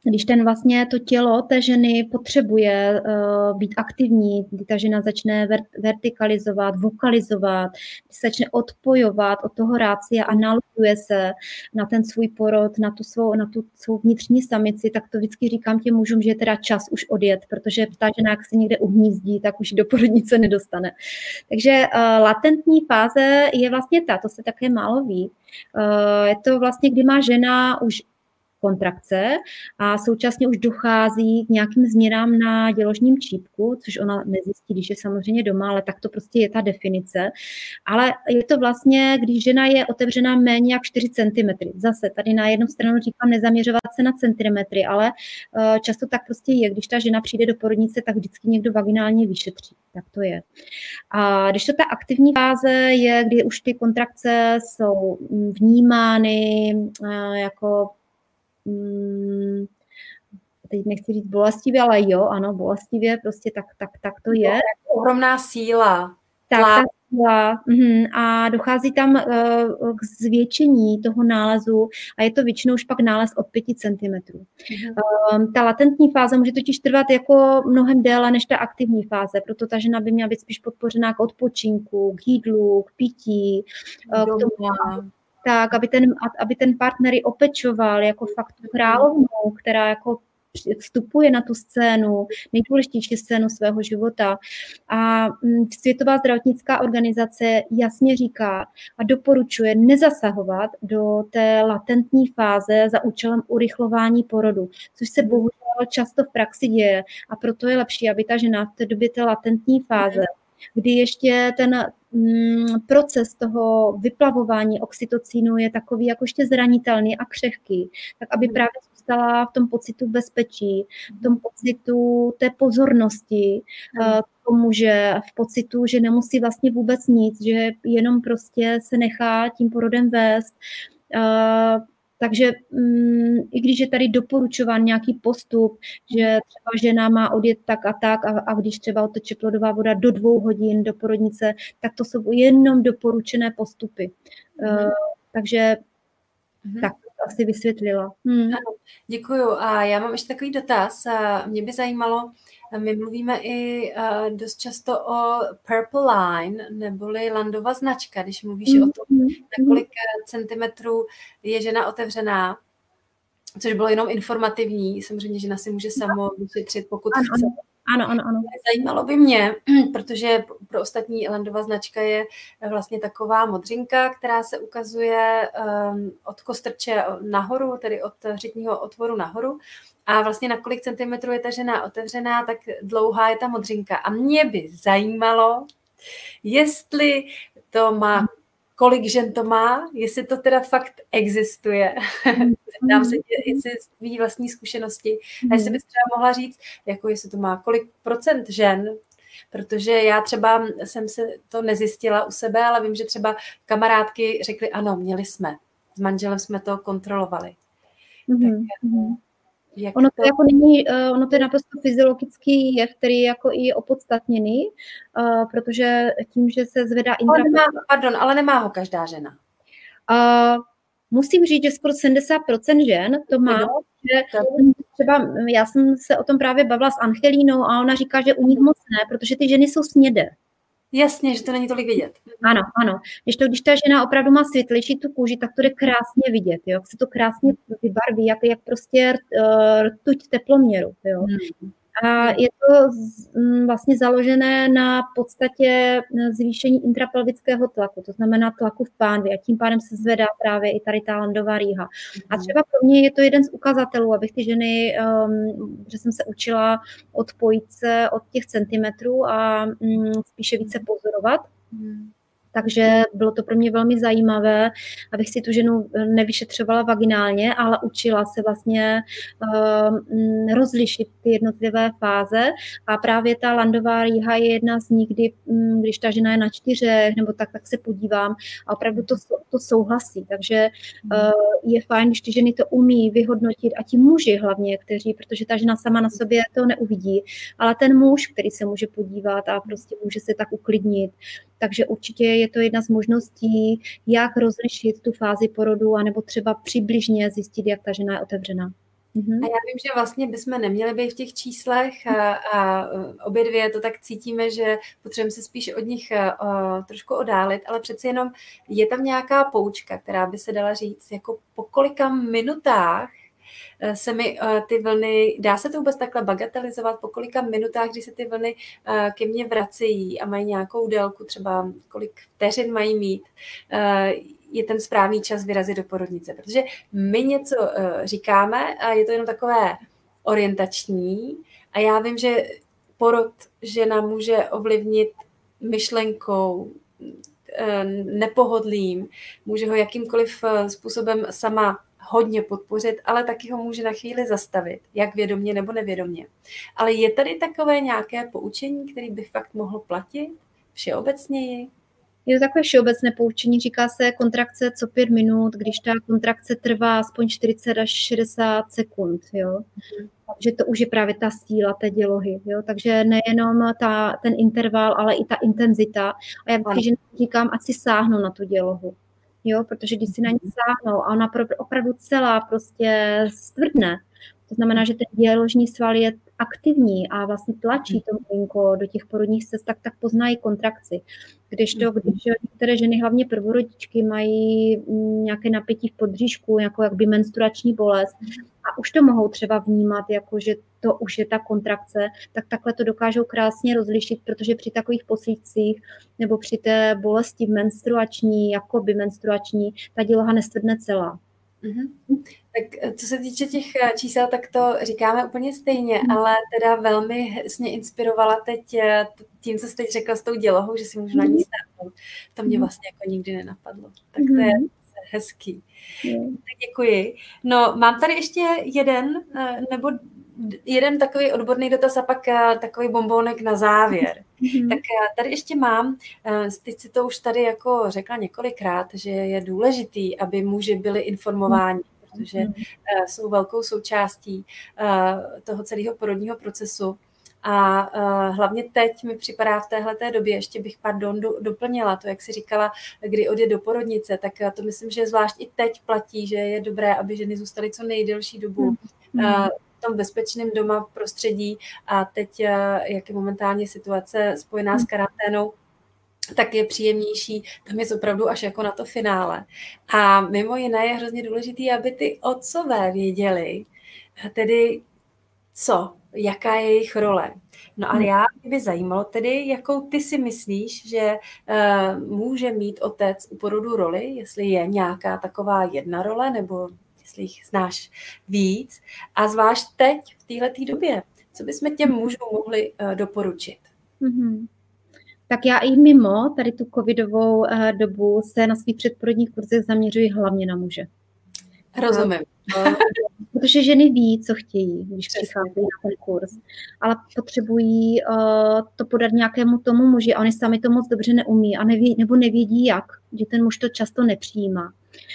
když ten vlastně to tělo té ženy potřebuje uh, být aktivní, kdy ta žena začne ver- vertikalizovat, vokalizovat, když se začne odpojovat od toho rácia a naluzuje se na ten svůj porod, na tu svou, na tu svou vnitřní samici, tak to vždycky říkám těm mužům, že je teda čas už odjet, protože ta žena, jak se někde uhnízdí, tak už do porodnice nedostane. Takže uh, latentní fáze je vlastně ta, to se také málo ví. Uh, je to vlastně, kdy má žena už kontrakce a současně už dochází k nějakým změnám na děložním čípku, což ona nezjistí, když je samozřejmě doma, ale tak to prostě je ta definice. Ale je to vlastně, když žena je otevřená méně jak čtyři centimetry. Zase tady na jednu stranu říkám nezaměřovat se na centimetry, ale uh, často tak prostě je. Když ta žena přijde do porodnice, tak vždycky někdo vaginálně vyšetří. Tak to je. A když to ta aktivní fáze je, kdy už ty kontrakce jsou vnímány uh, jako teď nechci říct bolestivě, ale jo, ano, bolestivě, prostě tak, tak, tak to je. No, ohromná síla. Tak, ta síla. Uhum. A dochází tam uh, k zvětšení toho nálezu a je to většinou už pak nález od pěti centimetrů. Mhm. Um, ta latentní fáze může totiž trvat jako mnohem déle než ta aktivní fáze, proto ta žena by měla být spíš podpořená k odpočinku, k jídlu, k pití, uh, k tomu, tak, aby ten, aby ten partner ji opečoval jako fakt tu královnu, která jako vstupuje na tu scénu, nejdůležitější scénu svého života. A Světová zdravotnická organizace jasně říká a doporučuje nezasahovat do té latentní fáze za účelem urychlování porodu, což se bohužel často v praxi děje a proto je lepší, aby ta žena v té době té latentní fáze, kdy ještě ten mm, proces toho vyplavování oxytocínu je takový jako ještě zranitelný a křehký, tak aby právě zůstala v tom pocitu bezpečí, v tom pocitu té pozornosti, mm. tomu, že v pocitu, že nemusí vlastně vůbec nic, že jenom prostě se nechá tím porodem vést. Uh, Takže um, i když je tady doporučován nějaký postup, že třeba žena má odjet tak a tak a, a když třeba oteče plodová voda do dvou hodin do porodnice, tak to jsou jenom doporučené postupy. Mm. Uh, takže mm. tak to asi vysvětlila. Hmm. Ano, děkuju. A já mám ještě takový dotaz. A mě by zajímalo, my mluvíme i uh, dost často o Purple Line, neboli Landova značka, když mluvíš mm. o tom, na kolik centimetrů je žena otevřená, což bylo jenom informativní. Samozřejmě žena si může samo vyšetřit, pokud ano, chce. Ano, ano, ano. Zajímalo by mě, protože pro ostatní Landova značka je vlastně taková modřinka, která se ukazuje um, od kostrče nahoru, tedy od řitního otvoru nahoru. A vlastně na kolik centimetrů je ta žena otevřená, tak dlouhá je ta modřinka. A mě by zajímalo, jestli to má, kolik žen to má, jestli to teda fakt existuje. Zeptám se, jestli z tvý vlastní zkušenosti. A jestli bys třeba mohla říct, jako jestli to má kolik procent žen, protože já třeba jsem se to nezjistila u sebe, ale vím, že třeba kamarádky řekly, ano, měli jsme. S manželem jsme to kontrolovali. Mm-hmm. Tak, Jak ono to, to jako není, uh, ono to je naprosto fyziologický jev, který jako i je opodstatněný, uh, protože tím, že se zvedá intraplasma... Pardon, ale nemá ho každá žena. Uh, musím říct, že skoro sedmdesát procent žen to má, no, že třeba já jsem se o tom právě bavila s Angelínou a ona říká, že u nich moc ne, protože ty ženy jsou snědé. Jasně, že to není tolik vidět. Ano, ano. Když, to, když ta žena opravdu má světlejší tu kůži, tak to jde krásně vidět, jo? Jak se to krásně vybarví, jak, jak prostě uh, rtuť teploměru. Jo? Hmm. A je to z, m, vlastně založené na podstatě zvýšení intrapelvického tlaku, to znamená tlaku v pánvi a tím pádem se zvedá právě i tady ta Landová rýha. Hmm. A třeba pro mě je to jeden z ukazatelů, abych ty ženy, um, že jsem se učila odpojit se od těch centimetrů a um, spíše více pozorovat. Hmm. Takže bylo to pro mě velmi zajímavé, abych si tu ženu nevyšetřovala vaginálně, ale učila se vlastně uh, rozlišit ty jednotlivé fáze a právě ta Landová rýha je jedna z nich, kdy, um, když ta žena je na čtyřech nebo tak, tak se podívám a opravdu to, to souhlasí. Takže uh, je fajn, když ty ženy to umí vyhodnotit a ti muži hlavně, kteří, protože ta žena sama na sobě to neuvidí, ale ten muž, který se může podívat a prostě může se tak uklidnit. Takže určitě je to jedna z možností, jak rozlišit tu fázi porodu, anebo třeba přibližně zjistit, jak ta žena je otevřená. A já vím, že vlastně bychom neměli být v těch číslech a, a obě dvě to tak cítíme, že potřebujeme se spíš od nich uh, trošku odálit, ale přeci jenom je tam nějaká poučka, která by se dala říct, jako po kolika minutách se mi uh, ty vlny, dá se to vůbec takhle bagatelizovat, po kolika minutách, kdy se ty vlny uh, ke mně vracejí a mají nějakou délku, třeba kolik vteřin mají mít, uh, je ten správný čas vyrazit do porodnice. Protože my něco uh, říkáme a je to jenom takové orientační a já vím, že porod žena může ovlivnit myšlenkou, uh, nepohodlím, může ho jakýmkoliv uh, způsobem sama hodně podpořit, ale taky ho může na chvíli zastavit, jak vědomě nebo nevědomě. Ale je tady takové nějaké poučení, které by fakt mohlo platit všeobecněji? Je to takové všeobecné poučení, říká se kontrakce co pět minut, když ta kontrakce trvá aspoň čtyřicet až šedesát sekund. Jo? Mm. Takže to už je právě ta síla té dělohy. Jo? Takže nejenom ta, ten interval, ale i ta intenzita. A já vždycky ženám říkám, ať si sáhnou na tu dělohu. Jo? Protože když si na ní sáhnou a ona opravdu celá prostě stvrdne, to znamená, že ten děložní sval je aktivní a vlastně tlačí to malinko do těch porodních cest, tak, tak poznají kontrakci. Když to, když některé ženy, hlavně prvorodičky, mají nějaké napětí v podbříšku, jako jakby menstruační bolest a už to mohou třeba vnímat, jako že to už je ta kontrakce, tak takhle to dokážou krásně rozlišit, protože při takových posledcích nebo při té bolesti menstruační, jakoby menstruační, ta děloha nestvrdne celá. Mm-hmm. Tak co se týče těch čísel, tak to říkáme úplně stejně, mm. ale teda velmi mě inspirovala teď tím, co jsi teď řekla s tou dělohou, že si můžu na ní stáhnout. To mě vlastně jako nikdy nenapadlo. Tak to je hezký. Mm. Tak děkuji. No, mám tady ještě jeden, nebo jeden takový odborný dotaz a pak takový bombónek na závěr. Mm. Tak tady ještě mám, teď si to už tady jako řekla několikrát, že je důležitý, aby muži byli informováni, protože uh, jsou velkou součástí uh, toho celého porodního procesu. A uh, hlavně teď mi připadá v téhleté době, ještě bych, pardon, do, doplnila to, jak jsi říkala, kdy odjít do porodnice, tak uh, to myslím, že zvlášť i teď platí, že je dobré, aby ženy zůstaly co nejdelší dobu uh, v tom bezpečném doma prostředí. A teď, uh, jak je momentálně situace spojená s karanténou, tak je příjemnější, tam je opravdu až jako na to finále. A mimo jiné je hrozně důležitý, aby ty otcové věděli, tedy co, jaká je jejich role. No a já mě by zajímalo tedy, jakou ty si myslíš, že uh, může mít otec u porodu roli, jestli je nějaká taková jedna role, nebo jestli jich znáš víc. A zvlášť teď, v téhleté době, co bychom těm mužům mohli uh, doporučit? Mm-hmm. Tak já i mimo tady tu covidovou uh, dobu se na svých předporodních kurzech zaměřuji hlavně na muže. Rozumím. Protože ženy ví, co chtějí, když přicházejí na ten kurz, ale potřebují uh, to podat nějakému tomu muži a oni sami to moc dobře neumí a neví, nebo nevědí jak, že ten muž to často nepřijímá.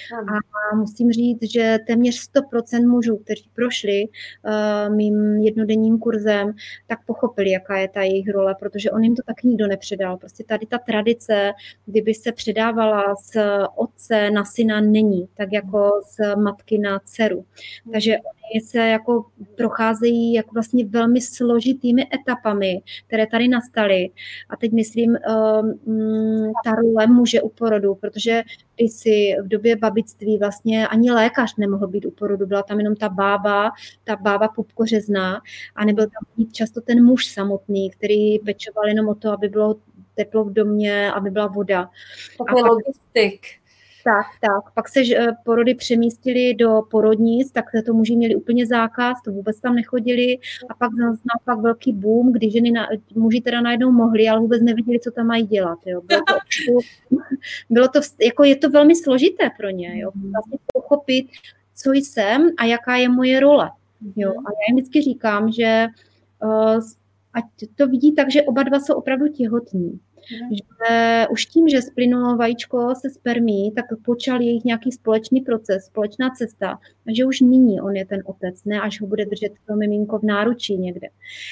A musím říct, že téměř sto procent mužů, kteří prošli uh, mým jednodenním kurzem, tak pochopili, jaká je ta jejich role, protože on jim to taky nikdo nepředal. Prostě tady ta tradice, kdyby se předávala z otce na syna, není, tak jako z matky na dceru. Takže oni se jako procházejí jako vlastně velmi složitými etapami, které tady nastaly. A teď myslím um, ta role muže u porodu, protože když si v době babictví vlastně ani lékař nemohl být u porodu, byla tam jenom ta bába, ta bába pupkořezná a nebyl tam často ten muž samotný, který pečoval jenom o to, aby bylo teplo v domě, aby byla voda. Takový logistik. Tak, tak. Pak se porody přemístily do porodnic, tak to muži měli úplně zákaz, to vůbec tam nechodili a pak naopak velký boom, kdy ženy, na, muži teda najednou mohli, ale vůbec nevěděli, co tam mají dělat. Jo. Bylo to, bylo to, jako je to velmi složité pro ně, jo. Vlastně pochopit, co jsem a jaká je moje role. Jo. A já jim vždycky říkám, že uh, ať to vidí tak, že oba dva jsou opravdu těhotní. Mm. Že už tím, že splynulo vajíčko se spermí, tak počal jejich nějaký společný proces, společná cesta, a že už nyní on je ten otec, ne až ho bude držet to miminko v náručí někde.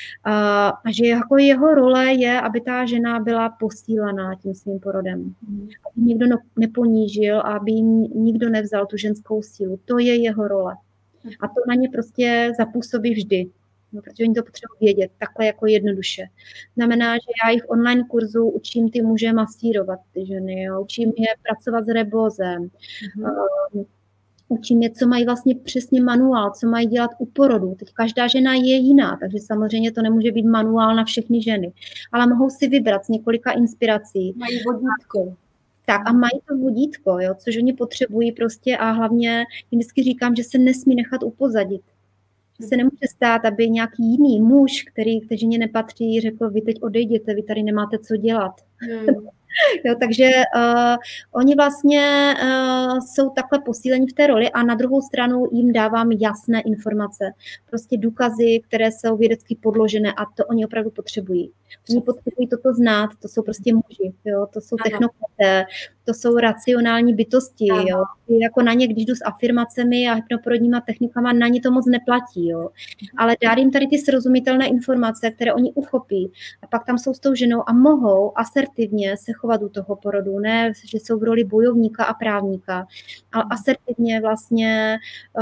A, a že jako jeho role je, aby ta žena byla posílaná tím svým porodem. Mm. Aby nikdo neponížil, aby jim nikdo nevzal tu ženskou sílu. To je jeho role. A to na ně prostě zapůsobí vždy. No, protože oni to potřebují vědět, takhle jako jednoduše. Znamená, že já jich online kurzu učím ty muže masírovat, ty ženy, jo? Učím je pracovat s rebozem, mm-hmm. uh, učím je, co mají vlastně přesně manuál, co mají dělat u porodu. Teď každá žena je jiná, takže samozřejmě to nemůže být manuál na všechny ženy, ale mohou si vybrat z několika inspirací. Mají vodítko. Tak a mají to vodítko, jo, což oni potřebují prostě a hlavně jim vždycky říkám, že se nesmí nechat upozadit. Se nemůže stát, aby nějaký jiný muž, který k té ženě nepatří, řekl, vy teď odejděte, vy tady nemáte co dělat. Hmm. Jo, takže uh, oni vlastně uh, jsou takhle posíleni v té roli a na druhou stranu jim dávám jasné informace, prostě důkazy, které jsou vědecky podložené a to oni opravdu potřebují. Oni potřebují toto znát, to jsou prostě muži, jo, to jsou technokraté, to jsou racionální bytosti, jo. Jako na ně, když jdu s afirmacemi a hypnoporodníma technikama, na ně to moc neplatí, jo. Ale dát jim tady ty srozumitelné informace, které oni uchopí a pak tam jsou s tou ženou a mohou asertivně se chovat u toho porodu, ne, že jsou v roli bojovníka a právníka, ale asertivně vlastně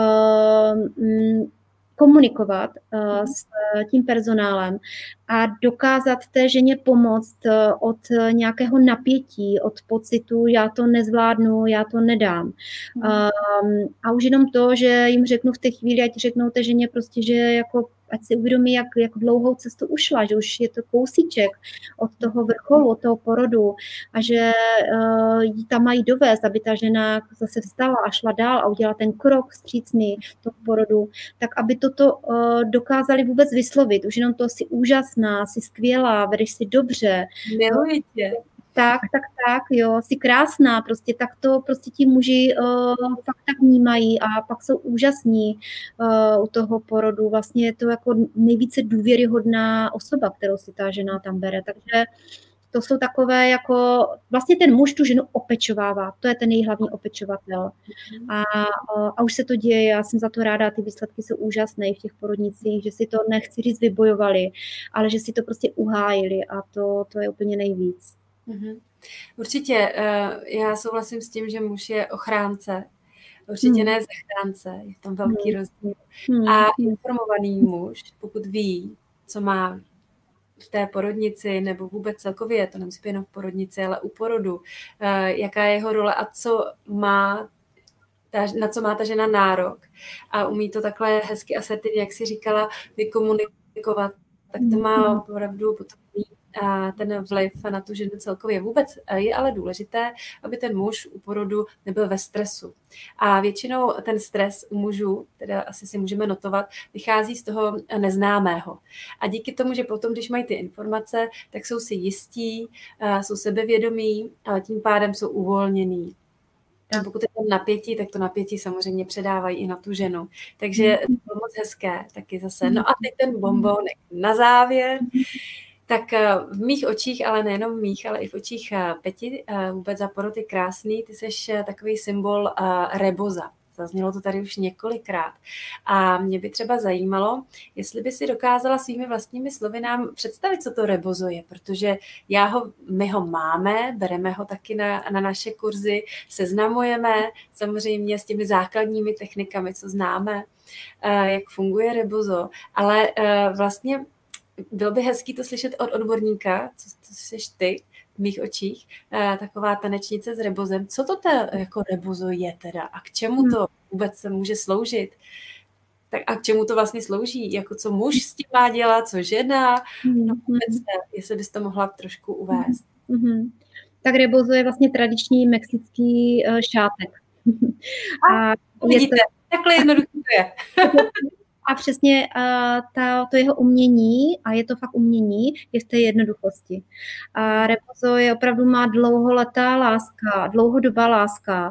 uh, komunikovat uh, s tím personálem a dokázat té ženě pomoct uh, od nějakého napětí, od pocitu, já to nezvládnu, já to nedám. Mm. Um, a už jenom to, že jim řeknu v té chvíli, ať řeknou té ženě prostě, že jako ať si uvědomí, jak, jak dlouhou cestu ušla, že už je to kousíček od toho vrcholu, od toho porodu a že uh, ji tam mají dovést, aby ta žena zase vstala a šla dál a udělala ten krok vstřícný toho porodu, tak aby toto uh, dokázali vůbec vyslovit. Už jenom to jsi úžasná, jsi skvělá, vedeš si dobře. Miluji tě. Tak, tak, tak, jo, jsi krásná, prostě tak to prostě ti muži uh, fakt tak vnímají a pak jsou úžasní uh, u toho porodu. Vlastně je to jako nejvíce důvěryhodná osoba, kterou si ta žena tam bere, takže to jsou takové jako, vlastně ten muž tu ženu opečovává, to je ten její hlavní opečovatel. A, a už se to děje, já jsem za to ráda, ty výsledky jsou úžasné v těch porodnicích, že si to nechci říct vybojovali, ale že si to prostě uhájili a to, to je úplně nejvíc. Mm-hmm. Určitě, já souhlasím s tím, že muž je ochránce, určitě hmm. ne zachránce, je v tom velký hmm. rozdíl. Hmm. A informovaný muž, pokud ví, co má v té porodnici, nebo vůbec celkově, to nemusí být jenom v porodnici, ale u porodu, jaká je jeho role a co má, na co má ta žena nárok a umí to takhle hezky asertivně, jak si říkala, vykomunikovat, tak to má opravdu potom a ten vliv na tu ženu celkově. Vůbec je ale důležité, aby ten muž u porodu nebyl ve stresu. A většinou ten stres u mužů, teda asi si můžeme notovat, vychází z toho neznámého. A díky tomu, že potom, když mají ty informace, tak jsou si jistí, jsou sebevědomí, ale tím pádem jsou uvolnění. A pokud je tam napětí, tak to napětí samozřejmě předávají i na tu ženu. Takže to bylo moc hezké taky zase. No a teď ten bonbonek na závěr. Tak v mých očích, ale nejenom v mých, ale i v očích Peti, vůbec za porod je krásný. Ty seš takový symbol reboza. Zaznělo to tady už několikrát. A mě by třeba zajímalo, jestli by si dokázala svými vlastními slovy nám představit, co to rebozo je, protože já ho, my ho máme, bereme ho taky na, na naše kurzy, seznamujeme samozřejmě s těmi základními technikami, co známe, jak funguje rebozo, ale vlastně bylo by hezký to slyšet od odborníka, co, co jsi ty v mých očích, taková tanečnice s rebozem. Co to ta, jako rebozo je teda a k čemu to vůbec se může sloužit? Tak a k čemu to vlastně slouží? Jako co muž s tím má dělat, co žena? No, vůbec, jestli bys to mohla trošku uvést. Mm-hmm. Tak rebozo je vlastně tradiční mexický uh, šátek. A, a vidíte, to... takhle jednoduché to je. A přesně uh, ta, to jeho umění, a je to fakt umění, je v té jednoduchosti. A rebozo je opravdu má dlouholetá láska, dlouhodobá láska,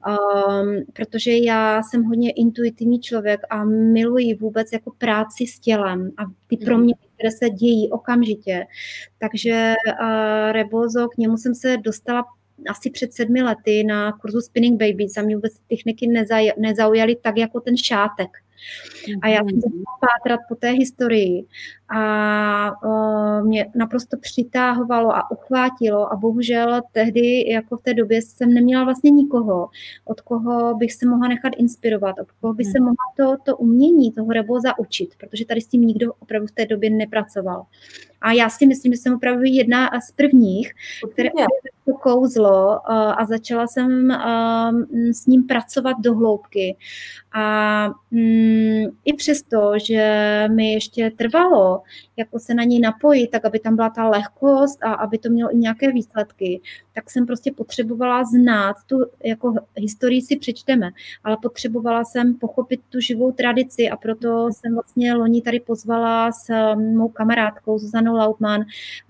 um, protože já jsem hodně intuitivní člověk a miluji vůbec jako práci s tělem a ty proměny, které se dějí okamžitě. Takže uh, rebozo, k němu jsem se dostala asi před sedmi lety na kurzu Spinning Babies a mě vůbec techniky nezaj, nezaujaly tak jako ten šátek. A já jsem začala pátrat po té historii a uh, mě naprosto přitáhovalo a uchvátilo a bohužel tehdy, jako v té době jsem neměla vlastně nikoho, od koho bych se mohla nechat inspirovat, od koho by se mohla to, to umění toho reboza učit, protože tady s tím nikdo opravdu v té době nepracoval. A já si myslím, že jsem opravdu jedna z prvních, které to kouzlo a začala jsem s ním pracovat do hloubky. A mm, i přesto, že mi ještě trvalo jako se na něj napojit, tak aby tam byla ta lehkost a aby to mělo i nějaké výsledky, tak jsem prostě potřebovala znát tu jako historii si přečteme, ale potřebovala jsem pochopit tu živou tradici a proto jsem vlastně loni tady pozvala s mou kamarádkou Zuzanou Lautmann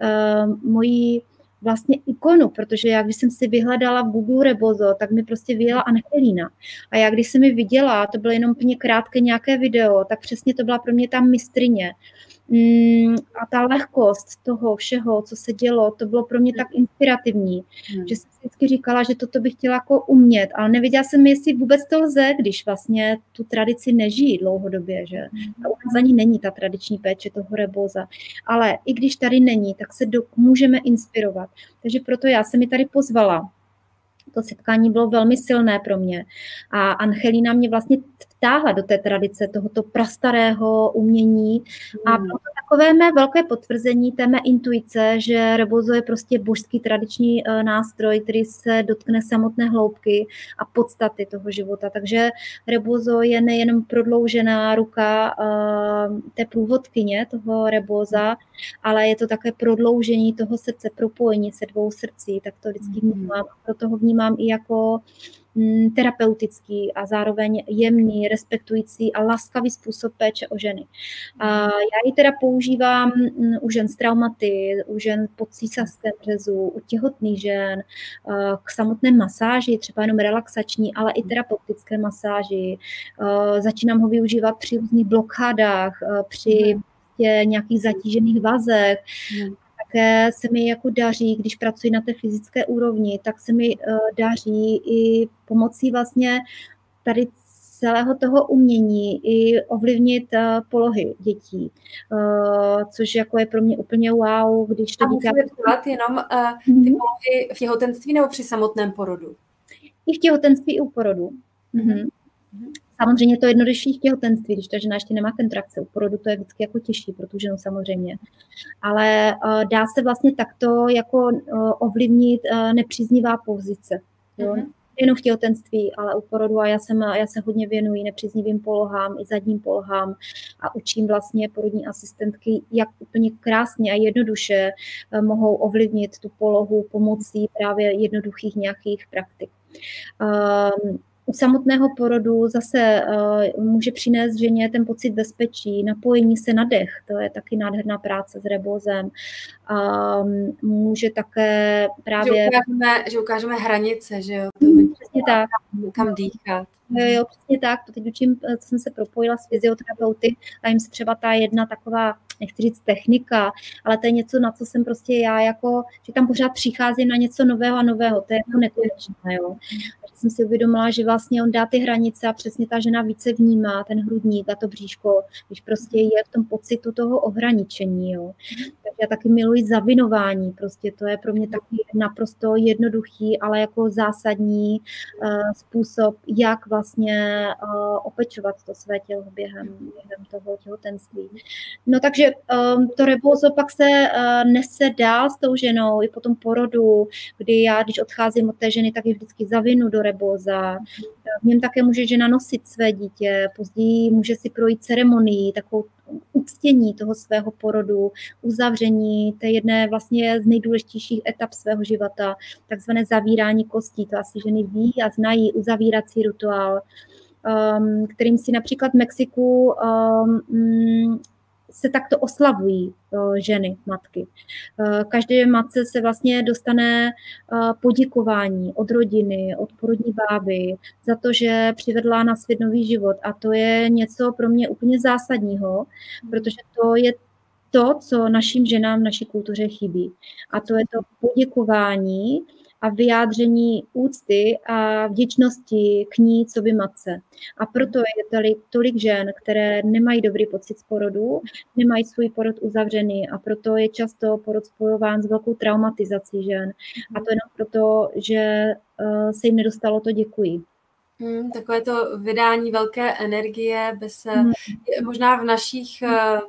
mojí vlastně ikonu, protože já, když jsem si vyhledala v Google Rebozo, tak mi prostě vyjela Angelina. A já, když jsem mi viděla, to bylo jenom úplně krátké nějaké video, tak přesně to byla pro mě ta mistryně. Mm, a ta lehkost toho všeho, co se dělo, to bylo pro mě tak inspirativní, hmm. že jsem si vždycky říkala, že toto bych chtěla jako umět, ale nevěděla jsem, jestli vůbec to lze, když vlastně tu tradici nežijí dlouhodobě, že a u nás ani není ta tradiční péče toho reboza, ale i když tady není, tak se do, můžeme inspirovat. Takže proto já jsem mi tady pozvala. To setkání bylo velmi silné pro mě. A Angelina mě vlastně vtáhla do té tradice tohoto prastarého umění a bylo to takové mé velké potvrzení té mé intuice, že rebozo je prostě božský tradiční nástroj, který se dotkne samotné hloubky a podstaty toho života. Takže rebozo je nejenom prodloužená ruka té průvodkyně toho reboza, ale je to také prodloužení toho srdce, propojení se dvou srdcí, tak to vždycky vnímám. Proto ho vnímám i jako terapeutický a zároveň jemný, respektující a laskavý způsob péče o ženy. A já ji teda používám u žen s traumaty, u žen po císařském řezu, u těhotných žen, k samotné masáži, třeba jenom relaxační, ale i terapeutické masáži. Začínám ho využívat při různých blokádách, při nějakých zatížených vazech. Také se mi jako daří, když pracuji na té fyzické úrovni, tak se mi uh, daří i pomocí vlastně tady celého toho umění i ovlivnit uh, polohy dětí, uh, což jako je pro mě úplně wow, když to dítě... A můžeme dělat jenom uh, ty mm-hmm. polohy v těhotenství nebo při samotném porodu? I v těhotenství, i u porodu. Mm-hmm. Mm-hmm. Samozřejmě to jednodušší v těhotenství, když ta žena ještě nemá kontrakce. U porodu to je vždycky jako těžší pro tu ženu samozřejmě. Ale uh, dá se vlastně takto jako uh, ovlivnit uh, nepříznivá pozice. Jo? Uh-huh. Nejenom v těhotenství, ale u porodu a já, jsem, já se hodně věnuji nepříznivým polohám i zadním polohám a učím vlastně porodní asistentky, jak úplně krásně a jednoduše uh, mohou ovlivnit tu polohu pomocí právě jednoduchých nějakých praktik. Uh, U samotného porodu zase uh, může přinést ženě ten pocit bezpečí, napojení se na dech, to je taky nádherná práce s rebozem. Um, může také právě... Že ukážeme, že ukážeme hranice, že jo? Mm, přesně tak. Kam dýchat. Jo, jo, přesně tak. To teď učím, co jsem se propojila s fyzioterapeuty a jim se třeba ta jedna taková, nechci říct technika, ale to je něco, na co jsem prostě já jako, že tam pořád přicházím na něco nového a nového, to je jako nekonečné, jo. Takže jsem si uvědomila, že vlastně on dá ty hranice a přesně ta žena více vnímá ten hrudník a to bříško, když prostě je v tom pocitu toho ohraničení, jo. Takže já taky miluji zavinování, prostě to je pro mě taky naprosto jednoduchý, ale jako zásadní uh, způsob, jak vlastně uh, opečovat to své tělo během, během toho těhotenství. No takže um, to rebozo pak se uh, nese dál s tou ženou i po tom porodu, kdy já, když odcházím od té ženy, tak ji vždycky zavinu do reboza. V něm také může žena nosit své dítě, později může si projít ceremonii, takovou uctění toho svého porodu, uzavření té jedné vlastně z nejdůležitějších etap svého života, takzvané zavírání kostí. To asi ženy ví a znají uzavírací rituál, um, kterým si například v Mexiku um, se takto oslavují uh, ženy, matky. Uh, každé matce se vlastně dostane uh, poděkování od rodiny, od porodní báby za to, že přivedla na svět nový život. A to je něco pro mě úplně zásadního, protože to je to, co našim ženám v naší kultuře chybí. A to je to poděkování a vyjádření úcty a vděčnosti k ní, co by matce. A proto je tolik, tolik žen, které nemají dobrý pocit z porodu, nemají svůj porod uzavřený a proto je často porod spojován s velkou traumatizací žen. A to jenom proto, že uh, se jim nedostalo to děkuji. Hmm, takové to vydání velké energie, bez, hmm. možná v našich,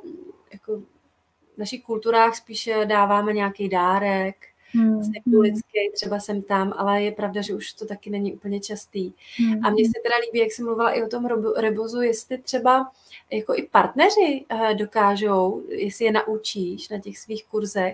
jako v našich kulturách spíš dáváme nějaký dárek, hmm. symbolický, třeba sem tam, ale je pravda, že už to taky není úplně častý. Hmm. A mně se teda líbí, jak jsem mluvila i o tom rebozu, jestli třeba jako i partneři dokážou, jestli je naučíš na těch svých kurzech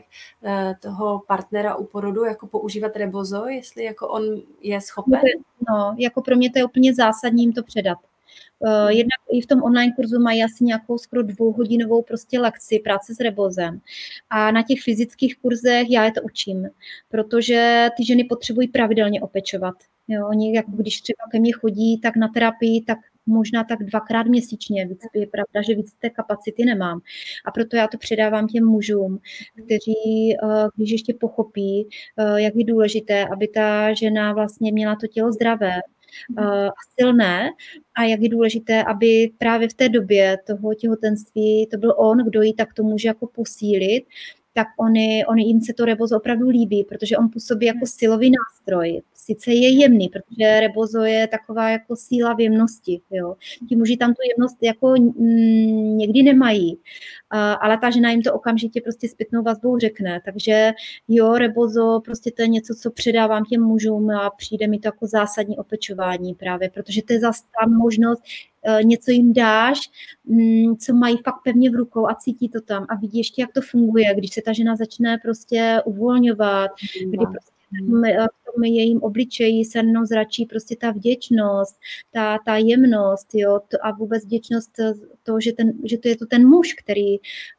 toho partnera u porodu, jako používat rebozo, jestli jako on je schopen. No, jako pro mě to je úplně zásadní jim to předat. Uh, jednak i v tom online kurzu mají asi nějakou skoro dvouhodinovou prostě lekci práce s rebozem. A na těch fyzických kurzech já je to učím, protože ty ženy potřebují pravidelně opečovat. Jo, oni, jako když třeba ke mně chodí, tak na terapii, tak možná tak dvakrát měsíčně. Víc, je pravda, že víc té kapacity nemám. A proto já to předávám těm mužům, kteří, když ještě pochopí, jak je důležité, aby ta žena vlastně měla to tělo zdravé a silné a jak je důležité, aby právě v té době toho těhotenství to byl on, kdo ji takto může jako posílit, tak oni, oni jim se to rebozo opravdu líbí, protože on působí jako silový nástroj. Sice je jemný, protože rebozo je taková jako síla v jemnosti. Jo. Ti muži tam tu jemnost jako mm, někdy nemají, a, ale ta žena jim to okamžitě prostě zpětnou vazbou řekne. Takže jo, rebozo prostě to je něco, co předávám těm mužům a přijde mi to jako zásadní opečování právě, protože to je zase ta možnost, něco jim dáš, co mají fakt pevně v rukou a cítí to tam a vidí ještě, jak to funguje, když se ta žena začne prostě uvolňovat, kdy prostě v tom jejím obličeji se mnou zračí prostě ta vděčnost, ta, ta jemnost, jo, a vůbec vděčnost to, že, ten, že to je to ten muž, který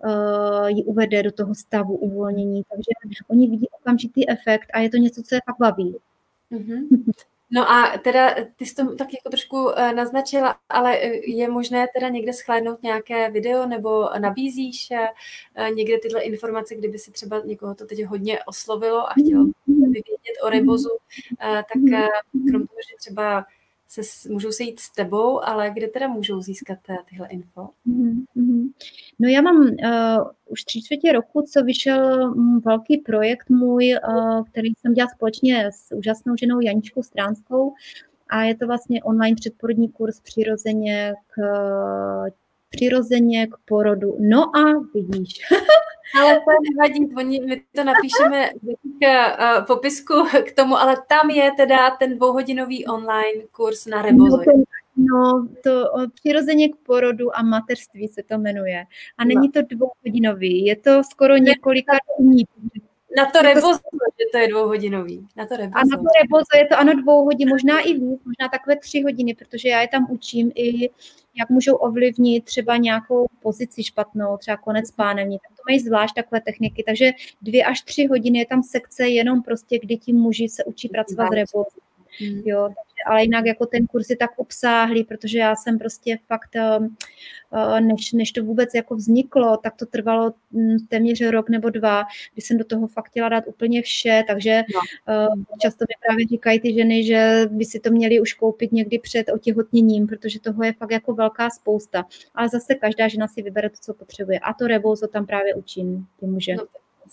uh, ji uvede do toho stavu uvolnění, takže oni vidí okamžitý efekt a je to něco, co je fakt baví. Mm-hmm. No a teda ty jsi to tak jako trošku naznačila, ale je možné teda někde shlédnout nějaké video nebo nabízíš někde tyhle informace, kdyby si třeba někoho to teď hodně oslovilo a chtěl by vědět o rebozu, tak krom toho, že třeba se můžou sejít s tebou, ale kde teda můžou získat tyhle info? Mm-hmm. No já mám uh, už tři čtvrtě roku, co vyšel um, velký projekt můj, uh, který jsem dělala společně s úžasnou ženou Janičkou Stránskou a je to vlastně online předporodní kurz přirozeně k, uh, přirozeně k porodu. No a vidíš. Ale to nevadí, oni, my to napíšeme k uh, popisku k tomu, ale tam je teda ten dvouhodinový online kurz na rebozo. No, no to o, přirozeně k porodu a mateřství se to jmenuje. A není to dvouhodinový, je to skoro několika dní. Na to rebozo, že to je dvouhodinový. Na to rebozo. A na to rebozo je to ano dvou hodin, možná i víc, možná takové tři hodiny, protože já je tam učím i jak můžou ovlivnit třeba nějakou pozici špatnou, třeba konec pánevní. Tak to mají zvlášť takové techniky, takže dvě až tři hodiny je tam sekce jenom prostě, kdy ti muži se učí pracovat s rebozem. Mm. Jo, takže, ale jinak jako ten kurz je tak obsáhlý, protože já jsem prostě fakt, než, než to vůbec jako vzniklo, tak to trvalo téměř rok nebo dva, kdy jsem do toho fakt chtěla dát úplně vše, takže no. Často mi právě říkají ty ženy, že by si to měli už koupit někdy před otěhotněním, protože toho je fakt jako velká spousta, ale zase každá žena si vybere to, co potřebuje a to rebozo tam právě učím ty muže. No,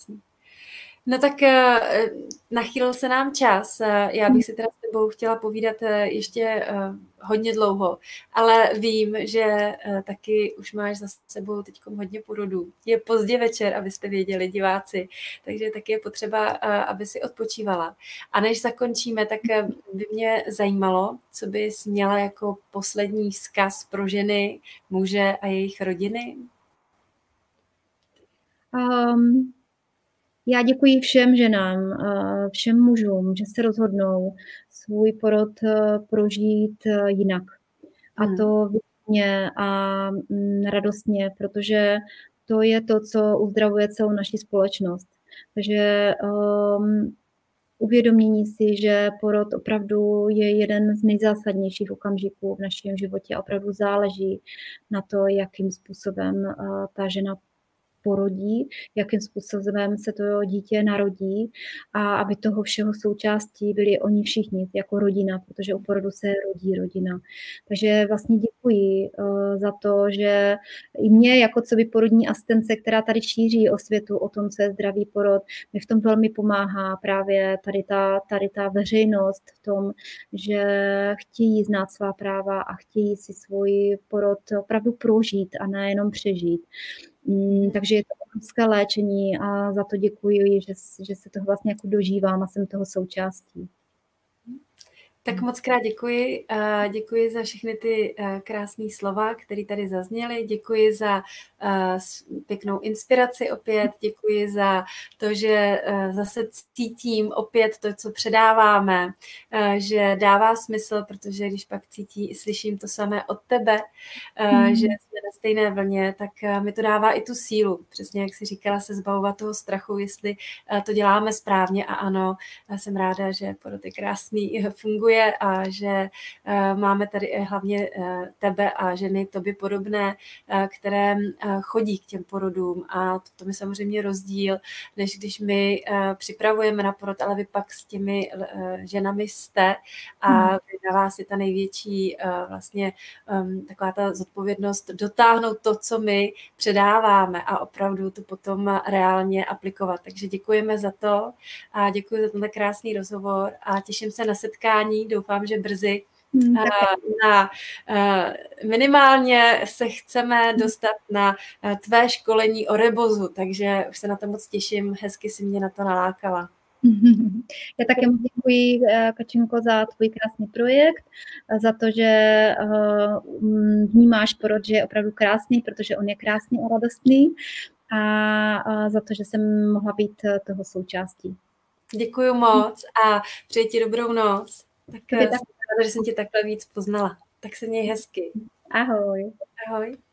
No tak nachýlil se nám čas. Já bych si teda s tebou chtěla povídat ještě hodně dlouho, ale vím, že taky už máš za sebou teď hodně porodů. Je pozdě večer, abyste věděli, diváci, takže taky je potřeba, aby si odpočívala. A než zakončíme, tak by mě zajímalo, co bys měla jako poslední vzkaz pro ženy, muže a jejich rodiny? Um... Já děkuji všem ženám, všem mužům, že se rozhodnou svůj porod prožít jinak. A to věcně a radostně, protože to je to, co uzdravuje celou naši společnost. Takže um, uvědomění si, že porod opravdu je jeden z nejzásadnějších okamžiků v našem životě. Opravdu záleží na to, jakým způsobem uh, ta žena porodí, jakým způsobem se to dítě narodí a aby toho všeho součástí byli oni všichni jako rodina, protože u porodu se rodí rodina. Takže vlastně děkuji uh, za to, že i mě jako coby porodní asistence, která tady šíří osvětu o tom, co je zdravý porod, mi v tom velmi pomáhá právě tady ta, tady ta veřejnost v tom, že chtějí znát svá práva a chtějí si svůj porod opravdu prožít a nejenom přežít. Mm, takže je to obrovské léčení a za to děkuji, že, že se toho vlastně jako dožívám a jsem toho součástí. Tak moc krát děkuji. Děkuji za všechny ty krásné slova, které tady zazněly. Děkuji za pěknou inspiraci opět. Děkuji za to, že zase cítím opět to, co předáváme, že dává smysl, protože když pak cítí i slyším to samé od tebe, mm. že jsme na stejné vlně, tak mi to dává i tu sílu. Přesně jak jsi říkala, se zbavovat toho strachu, jestli to děláme správně. A ano, jsem ráda, že porod je krásný, funguje a že uh, máme tady hlavně uh, tebe a ženy tobě podobné, uh, které uh, chodí k těm porodům a to, to je samozřejmě rozdíl, než když my uh, připravujeme na porod, ale vy pak s těmi uh, ženami jste a hmm. na vás je ta největší uh, vlastně um, taková ta zodpovědnost dotáhnout to, co my předáváme a opravdu to potom reálně aplikovat. Takže děkujeme za to a děkuji za tenhle krásný rozhovor a těším se na setkání. Doufám, že brzy hmm, na, minimálně se chceme dostat na tvé školení o rebozu, takže už se na to moc těším, hezky si mě na to nalákala. Já také moc děkuji, Kačenko, za tvůj krásný projekt, za to, že vnímáš porod, že je opravdu krásný, protože on je krásný a radostný a za to, že jsem mohla být toho součástí. Děkuji moc a přeji ti dobrou noc. Tak jsem ráda, že jsem tě takhle víc poznala. Tak se měj hezky. Ahoj. Ahoj.